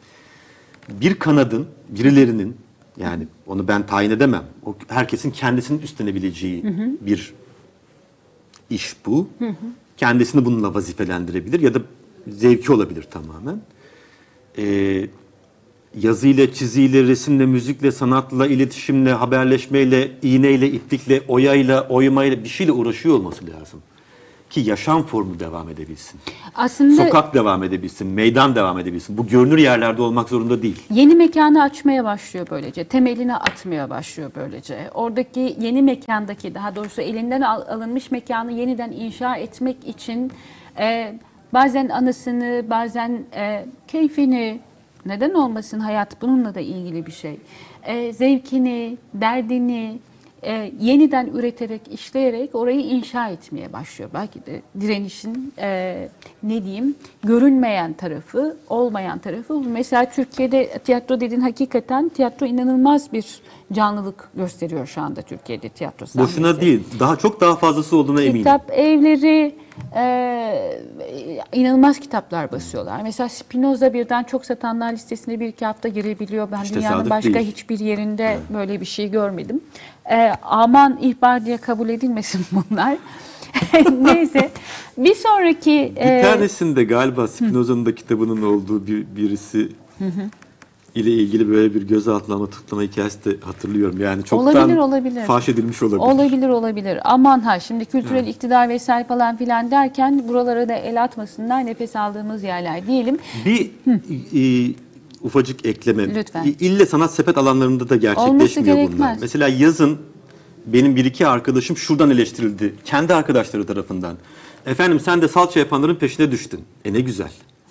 Bir kanadın, birilerinin, yani onu ben tayin edemem, o herkesin kendisinin üstlenebileceği hı hı. bir iş bu. Hı hı. Kendisini bununla vazifelendirebilir ya da zevki olabilir tamamen. Ee, yazıyla, çiziyle, resimle, müzikle, sanatla, iletişimle, haberleşmeyle, iğneyle, iplikle, oyayla, oymayla bir şeyle uğraşıyor olması lazım. Ki yaşam formu devam edebilsin. Aslında sokak devam edebilsin, meydan devam edebilsin. Bu görünür yerlerde olmak zorunda değil. Yeni mekanı açmaya başlıyor böylece. Temelini atmaya başlıyor böylece. Oradaki yeni mekandaki, daha doğrusu elinden al, alınmış mekanı yeniden inşa etmek için e, bazen anısını, bazen e, keyfini, neden olmasın, hayat bununla da ilgili bir şey. E, zevkini, derdini e, yeniden üreterek, işleyerek orayı inşa etmeye başlıyor. Belki de direnişin e, ne diyeyim, görünmeyen tarafı, olmayan tarafı. Mesela Türkiye'de tiyatro dediğin, hakikaten tiyatro inanılmaz bir canlılık gösteriyor şu anda Türkiye'de tiyatro sahnesi. Boşuna değil, daha çok daha fazlası olduğuna eminim. Kitap evleri, e, inanılmaz kitaplar basıyorlar. Mesela Spinoza birden çok satanlar listesine bir iki hafta girebiliyor. Ben Hiç dünyanın başka değil. hiçbir yerinde evet. böyle bir şey görmedim. E, aman ihbar diye kabul edilmesin bunlar. Neyse, bir sonraki... Bir e, tanesinde galiba Spinoza'nın da kitabının olduğu bir birisi... Hı hı. ile ilgili böyle bir gözaltına tutuklama hikayesi de hatırlıyorum. Yani çoktan olabilir, olabilir. faş edilmiş olabilir. Olabilir, olabilir. Aman ha, şimdi kültürel evet. iktidar vesaire falan filan derken buralara da el atmasınlar, nefes aldığımız yerler diyelim. Bir e, ufacık ekleme. Lütfen. İlle sanat sepet alanlarında da gerçekleşmiyor bunlar. Mesela yazın benim bir iki arkadaşım şuradan eleştirildi. Kendi arkadaşları tarafından. Efendim sen de salça yapanların peşine düştün. E ne güzel.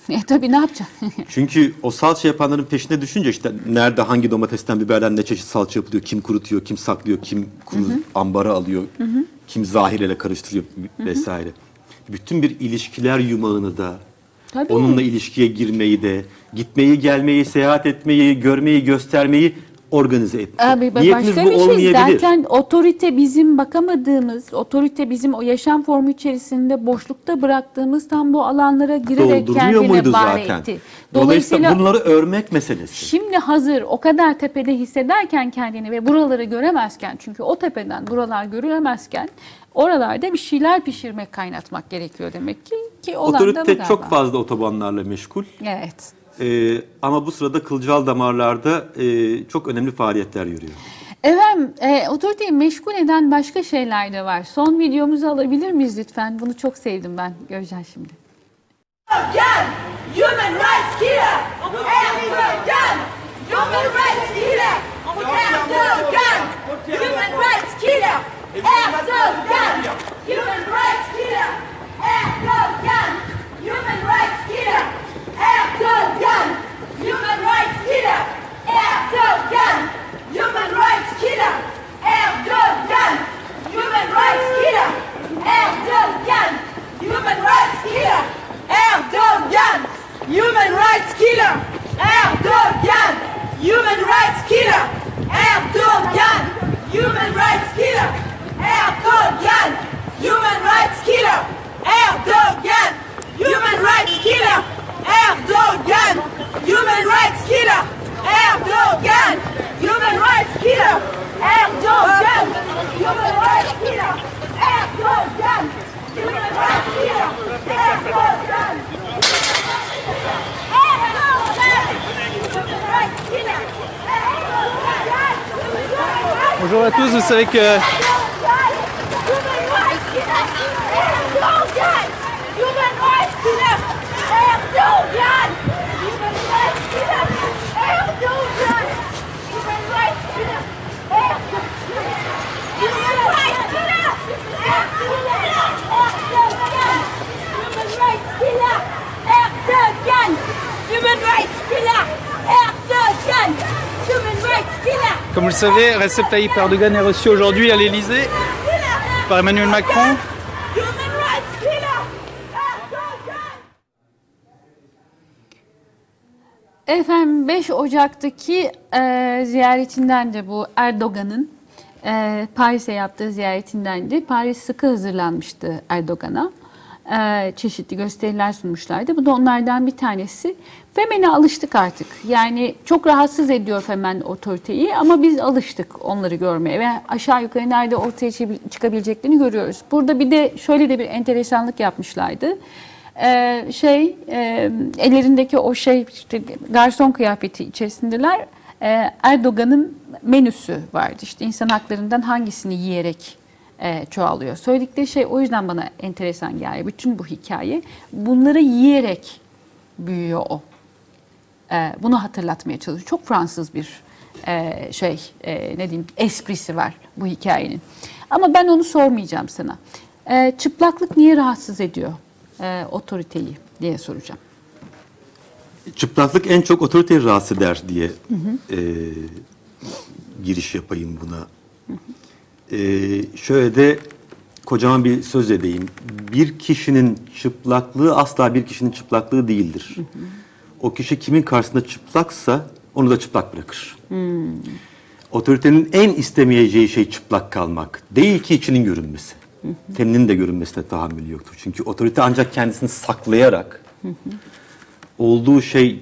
E tabii ne yapacaksın? Çünkü o salça yapanların peşine düşünce işte nerede hangi domatesten biberden ne çeşit salça yapılıyor, kim kurutuyor, kim saklıyor, kim kuru ambara alıyor, hı hı. kim zahireyle karıştırıyor hı hı. vesaire. Bütün bir ilişkiler yumağını da, Tabii. onunla ilişkiye girmeyi de, gitmeyi, gelmeyi, seyahat etmeyi, görmeyi, göstermeyi organize etmek. Abi, Niyetiniz başka bu bir şey olmayabilir. zaten otorite bizim bakamadığımız, otorite bizim o yaşam formu içerisinde boşlukta bıraktığımız tam bu alanlara girerek Dolduruyor kendine muydu var zaten? etti. Dolayısıyla bunları örmek meselesi. Şimdi hazır o kadar tepede hissederken kendini ve buraları göremezken, çünkü o tepeden buralar görülemezken oralarda bir şeyler pişirmek, kaynatmak gerekiyor demek ki. Ki olan da bu Otorite galiba. çok fazla otobanlarla meşgul. Evet. Ee, ama bu sırada kılcal damarlarda e, çok önemli faaliyetler yürüyor. Efendim, e, otoriteyi meşgul eden başka şeyler de var. Son videomuzu alabilir miyiz lütfen? Bunu çok sevdim ben. Göreceğiz şimdi. Gun, human rights killer. After gun, human rights killer. After gun, human rights killer. After gun, human rights killer. After gun, human rights killer. After gun, human rights killer. After gun, human rights killer. After gun, human rights killer. After gun, human rights killer. Erdogan, human rights killer. Erdogan, human rights killer. Erdogan, human rights killer. Erdogan, human rights killer. Erdogan, human rights killer. Erdogan, human rights killer. Erdogan, human rights killer. Erdogan, human rights killer. Erdogan, human rights killer. Erdogan. Bonjour à tous, vous savez que comme vous le savez, Recep Tayyip Erdogan est reçu aujourd'hui à l'Élysée par Emmanuel Macron. Efendim beş Ocak'taki e, ziyaretinden de bu Erdogan'ın e, Paris'e yaptığı ziyaretinden de Paris sıkı hazırlanmıştı Erdogan'a. E, çeşitli gösteriler sunmuşlardı. Bu da onlardan bir tanesi. Femen'e alıştık artık. Yani çok rahatsız ediyor Femen otoriteyi ama biz alıştık onları görmeye ve aşağı yukarı nerede ortaya çıkabileceklerini görüyoruz. Burada bir de şöyle de bir enteresanlık yapmışlardı. Ee, şey e, ellerindeki o şey işte, garson kıyafeti içerisindeler. Ee, Erdogan'ın menüsü vardı. İşte insan haklarından hangisini yiyerek e, çoğalıyor. Söyledikleri şey o yüzden bana enteresan geldi. Bütün bu hikaye bunları yiyerek büyüyor o. Ee, bunu hatırlatmaya çalışıyor. Çok Fransız bir e, şey e, ne diyeyim esprisi var bu hikayenin. Ama ben onu sormayacağım sana. Ee, çıplaklık niye rahatsız ediyor e, otoriteyi diye soracağım. Çıplaklık en çok otoriteyi rahatsız eder diye hı hı. E, giriş yapayım buna. Hı hı. E, şöyle de kocaman bir söz edeyim. Bir kişinin çıplaklığı asla bir kişinin çıplaklığı değildir. Hı hı. O kişi kimin karşısında çıplaksa onu da çıplak bırakır. Hmm. Otoritenin en istemeyeceği şey çıplak kalmak. Değil ki içinin görünmesi. Hı hı. Teninin de görünmesine tahammülü yoktur. Çünkü otorite ancak kendisini saklayarak hı hı. olduğu şey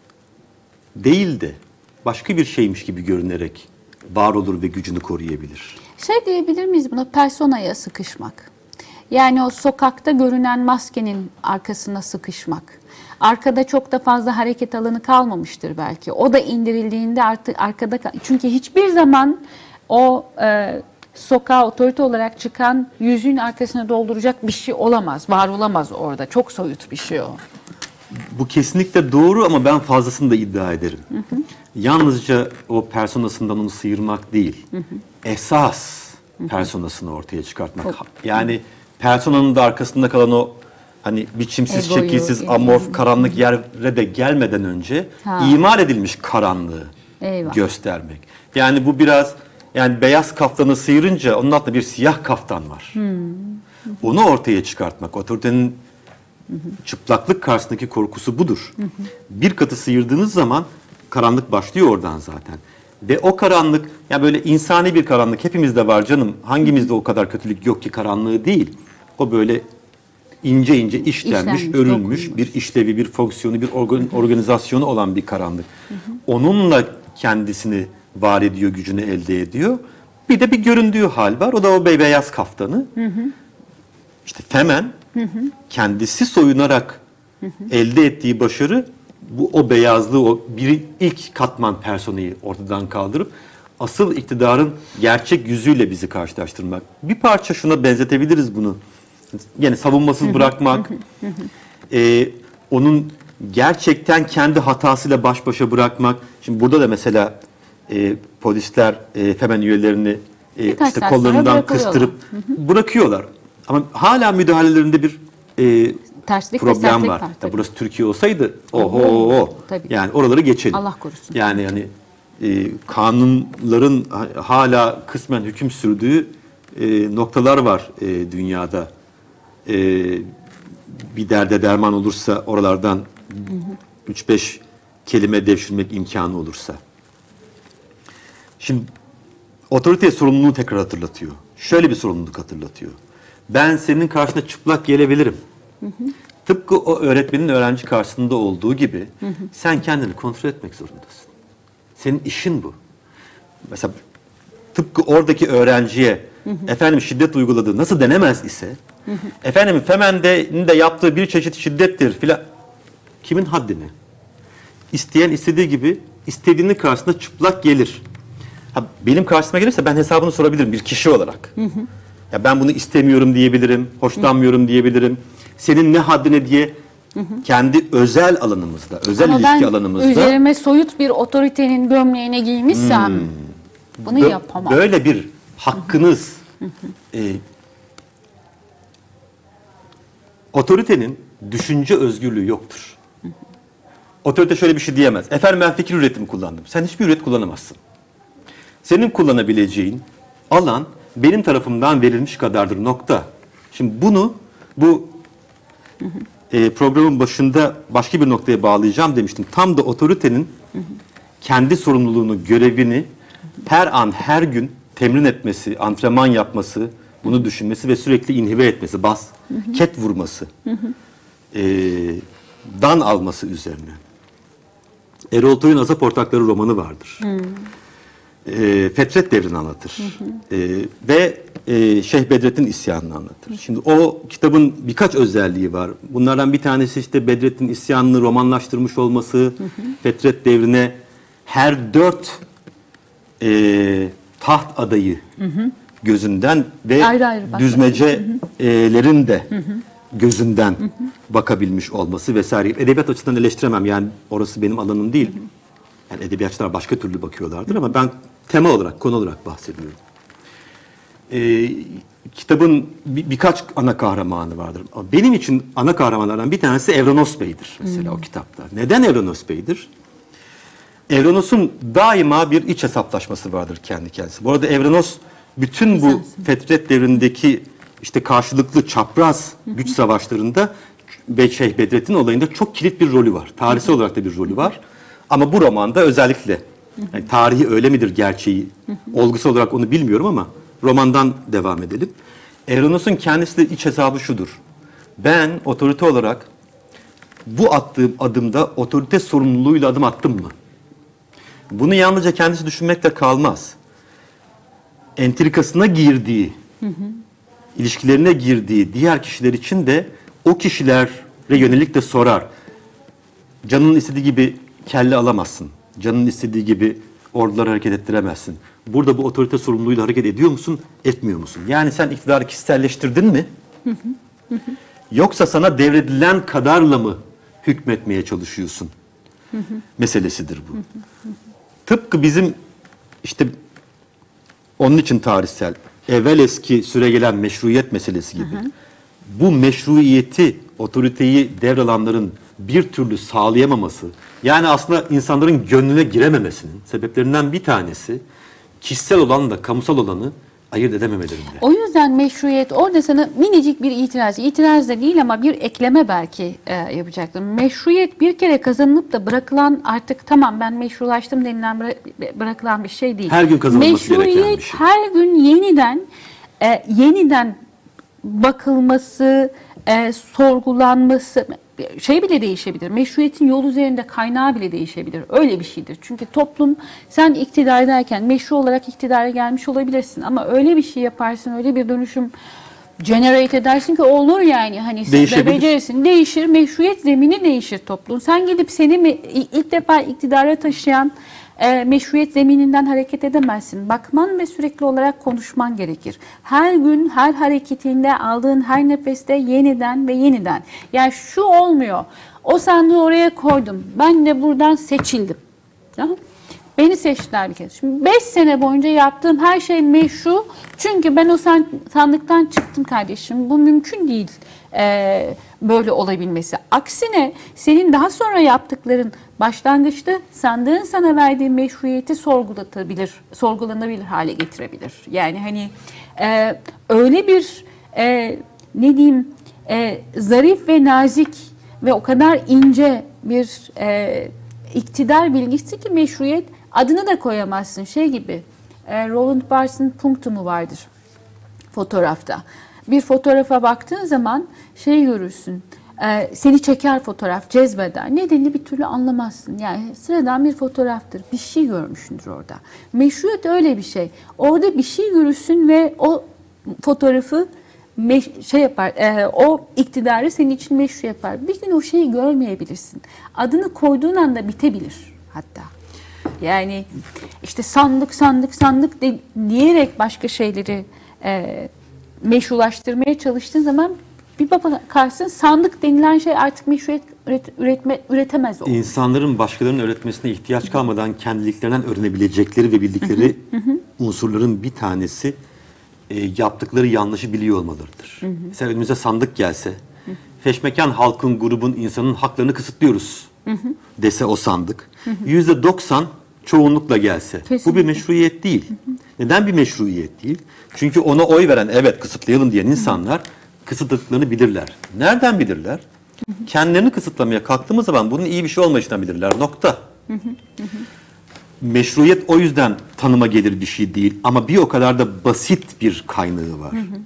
değil de başka bir şeymiş gibi görünerek var olur ve gücünü koruyabilir. Şey diyebilir miyiz buna? Personaya sıkışmak. Yani o sokakta görünen maskenin arkasına sıkışmak. Arkada çok da fazla hareket alanı kalmamıştır belki. O da indirildiğinde artık arkada... Çünkü hiçbir zaman o e, sokağa otorite olarak çıkan yüzün arkasına dolduracak bir şey olamaz. Var olamaz orada. Çok soyut bir şey o. Bu kesinlikle doğru ama ben fazlasını da iddia ederim. Hı hı. Yalnızca o personasından onu sıyırmak değil. Hı hı. Esas hı hı. personasını ortaya çıkartmak. Hı hı. Yani personanın da arkasında kalan o hani biçimsiz, Egoyu, şekilsiz, egoyu. amorf, karanlık yere de gelmeden önce Ha. imal edilmiş karanlığı Eyvah. göstermek. Yani bu biraz, yani beyaz kaftanı sıyırınca onun altında bir siyah kaftan var. Onu ortaya çıkartmak, otoritenin çıplaklık karşısındaki korkusu budur. Bir katı sıyırdığınız zaman karanlık başlıyor oradan zaten. Ve o karanlık, ya böyle insani bir karanlık hepimizde var canım. Hangimizde o kadar kötülük yok ki karanlığı değil. O böyle ince ince işlenmiş, İşlenmiş, örülmüş, dokunmuş. bir işlevi, bir fonksiyonu, bir organ- organizasyonu olan bir karanlık. Onunla kendisini var ediyor, gücünü elde ediyor. Bir de bir göründüğü hal var. O da o beyaz kaftanı. İşte Femen kendisi soyunarak elde ettiği başarı, bu o beyazlığı, o bir ilk katman personayı ortadan kaldırıp asıl iktidarın gerçek yüzüyle bizi karşılaştırmak. Bir parça şuna benzetebiliriz bunu. Yani savunmasız bırakmak, e, onun gerçekten kendi hatasıyla baş başa bırakmak. Şimdi burada da mesela e, polisler e, Femen üyelerini e, Birkaç işte saat sonra kollarından bırakıyorlar. kıstırıp bırakıyorlar. Ama hala müdahalelerinde bir e, Terslik ve problem sertlik var. var, Ya tabii. burası Türkiye olsaydı oho, Tabii. yani oraları geçelim. Allah korusun. Yani hani e, kanunların ha- hala kısmen hüküm sürdüğü e, noktalar var e, dünyada. E, bir derde derman olursa oralardan üç beş kelime devşirmek imkanı olursa. Şimdi otorite sorumluluğunu tekrar hatırlatıyor. Şöyle bir sorumluluk hatırlatıyor. Ben senin karşına çıplak gelebilirim. Tıpkı o öğretmenin öğrenci karşısında olduğu gibi sen kendini kontrol etmek zorundasın. Senin işin bu. Mesela tıpkı oradaki öğrenciye efendim şiddet uyguladığı nasıl denemez ise efendim Femen'de de yaptığı bir çeşit şiddettir filan. Kimin haddine? İsteyen istediği gibi istediğinin karşısında çıplak gelir. Ha, benim karşıma gelirse ben hesabını sorabilirim bir kişi olarak. Ya ben bunu istemiyorum diyebilirim, hoşlanmıyorum diyebilirim. Senin ne haddine diye kendi özel alanımızda, özel Ama ilişki ben alanımızda üzerime soyut bir otoritenin gömleğine giymişsem bunu bö- yapamam. böyle bir hakkınız, e, otoritenin düşünce özgürlüğü yoktur. Otorite şöyle bir şey diyemez. Efendim ben fikir üretimi kullandım. Sen hiçbir üret kullanamazsın. Senin kullanabileceğin alan benim tarafımdan verilmiş kadardır, nokta. Şimdi bunu bu e, programın başında başka bir noktaya bağlayacağım demiştim. Tam da otoritenin kendi sorumluluğunu, görevini her an, her gün temrin etmesi, antrenman yapması, bunu düşünmesi ve sürekli inhibe etmesi, bas, ket vurması, e, dan alması üzerine. Erol Toy'un Azap Ortakları romanı vardır. E, Fetret devrini anlatır. E, ve e, Şeyh Bedrettin isyanını anlatır. Şimdi o kitabın birkaç özelliği var. Bunlardan bir tanesi işte Bedrettin isyanını romanlaştırmış olması, Fetret devrine her dört e, taht adayı gözünden ve Ayrı ayrı bakması. düzmecelerin de gözünden bakabilmiş olması vesaire. Edebiyat açısından eleştiremem. Yani orası benim alanım değil. Yani edebiyatçılar başka türlü bakıyorlardır ama ben tema olarak, konu olarak bahsediyorum. Ee, kitabın bir, birkaç ana kahramanı vardır. Benim için ana kahramanlardan bir tanesi Evrenos Bey'dir mesela o kitapta. Neden Evrenos Bey'dir? Evrenos'un daima bir iç hesaplaşması vardır kendi kendisi. Bu arada Evrenos bütün bu Fetret devrindeki işte karşılıklı çapraz güç savaşlarında ve Şeyh Bedrettin olayında çok kilit bir rolü var. Tarihsel olarak da bir rolü var. Ama bu romanda özellikle yani tarihi öyle midir gerçeği, olgusu olarak onu bilmiyorum ama romandan devam edelim. Evrenos'un kendisi de iç hesabı şudur. Ben otorite olarak bu attığım adımda otorite sorumluluğuyla adım attım mı? Bunu yalnızca kendisi düşünmekle kalmaz. Entrikasına girdiği, hı hı. ilişkilerine girdiği diğer kişiler için de o kişilere yönelik de sorar. Canının istediği gibi kelle alamazsın. Canının istediği gibi orduları hareket ettiremezsin. Burada bu otorite sorumluluğuyla hareket ediyor musun, etmiyor musun? Yani sen iktidarı kişiselleştirdin mi? Hı hı. Hı hı. Yoksa sana devredilen kadarla mı hükmetmeye çalışıyorsun? Hı hı. Meselesidir bu. Hı hı. Tıpkı bizim işte onun için tarihsel, evvel eski süregelen meşruiyet meselesi gibi. Hı hı. Bu meşruiyeti otoriteyi devralanların bir türlü sağlayamaması, yani aslında insanların gönlüne girememesinin sebeplerinden bir tanesi kişisel olanla kamusal olanı ayırt edememelerinde. O yüzden meşruiyet, orada sana minicik bir itiraz, itiraz da değil ama bir ekleme belki e, yapacaktım. Meşruiyet bir kere kazanılıp da bırakılan, artık tamam ben meşrulaştım denilen bıra- bırakılan bir şey değil. Her gün kazanılması gereken bir Meşruiyet şey. her gün yeniden e, yeniden bakılması, e, sorgulanması, şey bile değişebilir. Meşruiyetin yol üzerinde kaynağı bile değişebilir. Öyle bir şeydir. Çünkü toplum, sen iktidardayken meşru olarak iktidara gelmiş olabilirsin ama öyle bir şey yaparsın, öyle bir dönüşüm generate edersin ki olur yani. Hani sen de Değişebilir. becerirsin. Değişir. Meşruiyet zemini değişir toplum. Sen gidip seni mi, ilk defa iktidara taşıyan e, meşruiyet zemininden hareket edemezsin. Bakman ve sürekli olarak konuşman gerekir. Her gün, her hareketinde, aldığın her nefeste yeniden ve yeniden. Yani şu olmuyor. O sandığı oraya koydum. Ben de buradan seçildim. Tamam. Beni seçtiler bir kez. Şimdi beş sene boyunca yaptığım her şey meşru. Çünkü ben o san- sandıktan çıktım kardeşim. Bu mümkün değil ee, böyle olabilmesi. Aksine senin daha sonra yaptıkların başlangıçta sandığın sana verdiği meşruiyeti sorgulatabilir, sorgulanabilir hale getirebilir. Yani hani e, öyle bir e, ne diyeyim e, zarif ve nazik ve o kadar ince bir e, iktidar bilgisi ki meşruiyet, adını da koyamazsın. Şey gibi, e, Roland Barthes'in punktumu vardır fotoğrafta. Bir fotoğrafa baktığın zaman şey görürsün, e, seni çeker fotoğraf, cezbeder. Nedenini bir türlü anlamazsın. Yani sıradan bir fotoğraftır. Bir şey görmüşsündür orada. Meşruiyet öyle bir şey. Orada bir şey görürsün ve o fotoğrafı meş- şey yapar, e, o iktidarı senin için meşru yapar. Bir gün o şeyi görmeyebilirsin. Adını koyduğun anda bitebilir hatta. Yani işte sandık sandık sandık de, diyerek başka şeyleri e, meşrulaştırmaya çalıştığın zaman bir bakarsın sandık denilen şey artık meşruiyet üret, üretme, üretemez olur. İnsanların başkalarının öğretmesine ihtiyaç kalmadan kendiliklerinden öğrenebilecekleri ve bildikleri unsurların bir tanesi e, yaptıkları yanlışı biliyor olmalarıdır. Hı hı. Mesela önümüze sandık gelse, hı hı. feşmekan halkın, grubun, insanın haklarını kısıtlıyoruz hı hı. dese o sandık. Yüzde doksan çoğunlukla gelse. Kesinlikle. Bu bir meşruiyet değil. Hı hı. Neden bir meşruiyet değil? Çünkü ona oy veren, evet kısıtlayalım diyen insanlar hı hı. kısıtladıklarını bilirler. Nereden bilirler? Hı hı. Kendilerini kısıtlamaya kalktığımız zaman bunun iyi bir şey olmayacağını bilirler. Nokta. Hı hı. Hı hı. Meşruiyet o yüzden tanıma gelir bir şey değil ama bir o kadar da basit bir kaynağı var. Hı hı.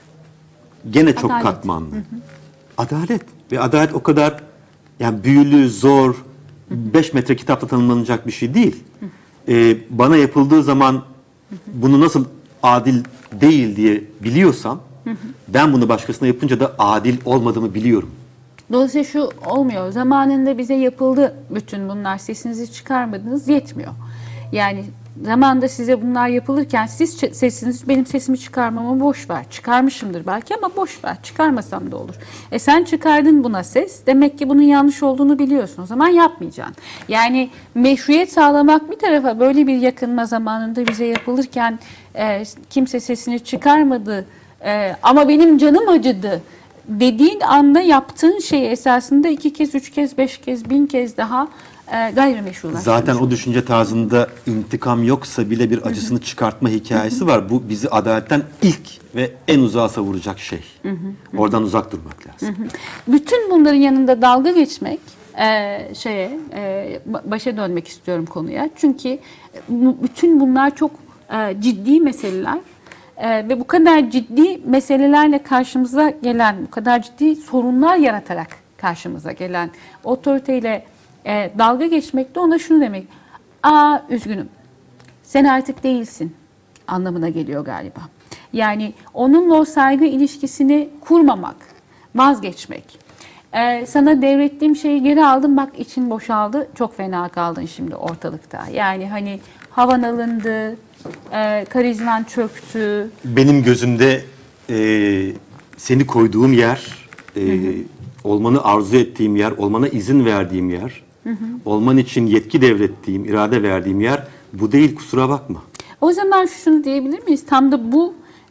Gene çok Adalet. katmanlı. Hı hı. Adalet ve adalet o kadar yani büyülü, zor, beş metre kitapta tanımlanacak bir şey değil. Hı hı. Ee, bana yapıldığı zaman hı hı. bunu nasıl adil değil diye biliyorsam hı hı. ben bunu başkasına yapınca da adil olmadığımı biliyorum. Dolayısıyla şu olmuyor. Zamanında bize yapıldı bütün bunlar. Sesinizi çıkarmadınız, yetmiyor. Yani zamanında size bunlar yapılırken siz sesinizi, benim sesimi çıkarmamı boş ver. Çıkarmışımdır belki ama boş ver. Çıkarmasam da olur. E sen çıkardın buna ses. Demek ki bunun yanlış olduğunu biliyorsun. O zaman yapmayacaksın. Yani meşruiyet sağlamak bir tarafa, böyle bir yakınma zamanında bize yapılırken e, kimse sesini çıkarmadı e, ama benim canım acıdı dediğin anda yaptığın şey esasında iki kez, üç kez, beş kez, bin kez daha e, gayrimeşrulaştırmış. Zaten o düşünce tarzında intikam yoksa bile bir acısını hı hı. çıkartma hikayesi hı hı. var. Bu bizi adaletten ilk ve en uzağa savuracak şey. Hı hı. Oradan uzak durmak lazım. Hı hı. Bütün bunların yanında dalga geçmek, e, şeye e, başa dönmek istiyorum konuya. Çünkü bütün bunlar çok e, ciddi meseleler. Ee, ve bu kadar ciddi meselelerle karşımıza gelen, bu kadar ciddi sorunlar yaratarak karşımıza gelen otoriteyle e, dalga geçmek de ona şunu demek. Aa üzgünüm, sen artık değilsin anlamına geliyor galiba. Yani onunla o saygı ilişkisini kurmamak, vazgeçmek. Ee, sana devrettiğim şeyi geri aldım, bak için boşaldı, çok fena kaldın şimdi ortalıkta. Yani hani havan alındı, e, karizman çöktü. Benim gözümde e, seni koyduğum yer, e, hı hı. olmanı arzu ettiğim yer, olmana izin verdiğim yer, hı hı. olman için yetki devrettiğim, irade verdiğim yer bu değil, kusura bakma. O zaman şunu diyebilir miyiz? Tam da bu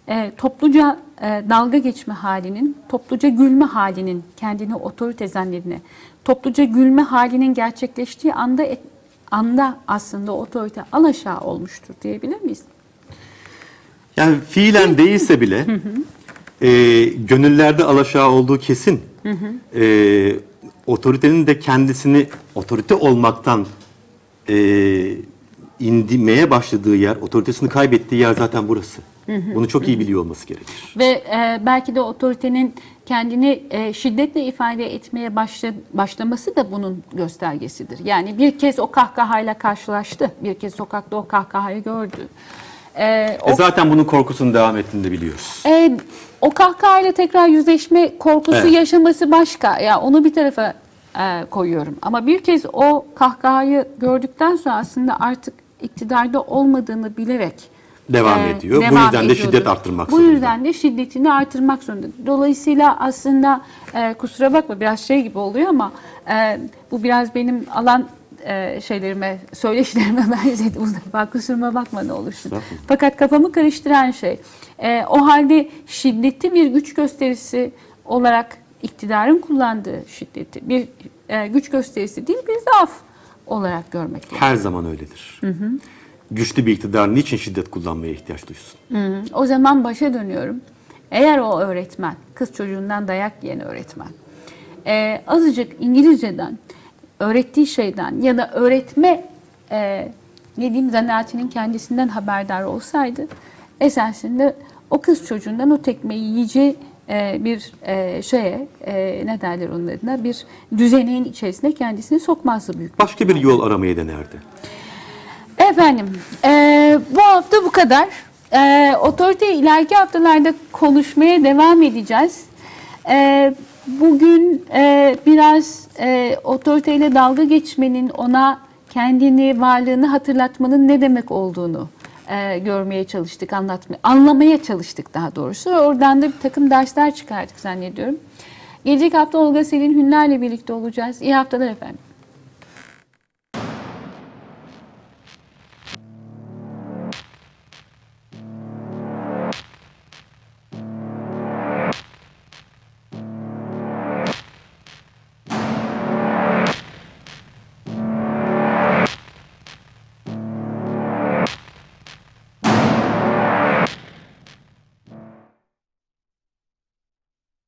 e, topluca e, dalga geçme halinin, topluca gülme halinin kendini otorite zannedine, topluca gülme halinin gerçekleştiği anda et, anda aslında otorite alaşağı olmuştur diyebilir miyiz? Yani fiilen değilse bile e, gönüllerde alaşağı olduğu kesin. Hı hı. E, otoritenin de kendisini otorite olmaktan e, indirmeye başladığı yer, otoritesini kaybettiği yer zaten burası. Hı hı. Bunu çok iyi biliyor olması gerekir. Ve e, belki de otoritenin kendini e, şiddetle ifade etmeye başla, başlaması da bunun göstergesidir. Yani bir kez o kahkahayla karşılaştı, bir kez sokakta o kahkahayı gördü. E, o, e zaten bunun korkusunun devam ettiğini de biliyoruz. E, o kahkahayla tekrar yüzleşme korkusu evet. yaşaması başka. Ya yani onu bir tarafa e, koyuyorum. Ama bir kez o kahkahayı gördükten sonra aslında artık iktidarda olmadığını bilerek devam e, ediyor. Devam Bu yüzden ediyordu. de şiddet arttırmak Bu zorunda. Bu yüzden de şiddetini artırmak zorunda. Dolayısıyla aslında e, kusura bakma biraz şey gibi oluyor ama e, bu biraz benim alan e, şeylerime, söyleşilerime benzedi. Bu defa kusuruma bakma ne olursun. Fakat kafamı karıştıran şey e, o halde şiddeti bir güç gösterisi olarak iktidarın kullandığı şiddeti bir e, güç gösterisi değil bir zaaf olarak görmek gerekiyor. Her zaman öyledir. Hı hı. Güçlü bir iktidar niçin şiddet kullanmaya ihtiyaç duysun? Hı hı. O zaman başa dönüyorum. Eğer o öğretmen, kız çocuğundan dayak yiyen öğretmen, e, azıcık İngilizceden, öğrettiği şeyden ya da öğretme e, ne diyeyim zanaatinin kendisinden haberdar olsaydı esasında o kız çocuğundan o tekmeyi yiyeceği e, bir e, şeye e, ne derler onun adına bir düzeneğin içerisine kendisini sokmazdı büyük. Başka bir yol aramayı denerdi. Efendim, e, bu hafta bu kadar. E, otorite ileriki haftalarda konuşmaya devam edeceğiz. E, bugün e, biraz e, otoriteyle dalga geçmenin, ona kendini, varlığını hatırlatmanın ne demek olduğunu e, görmeye çalıştık, anlatmaya, anlamaya çalıştık daha doğrusu. Oradan da bir takım dersler çıkardık zannediyorum. Gelecek hafta Olga Selin Hünler'le birlikte olacağız. İyi haftalar efendim.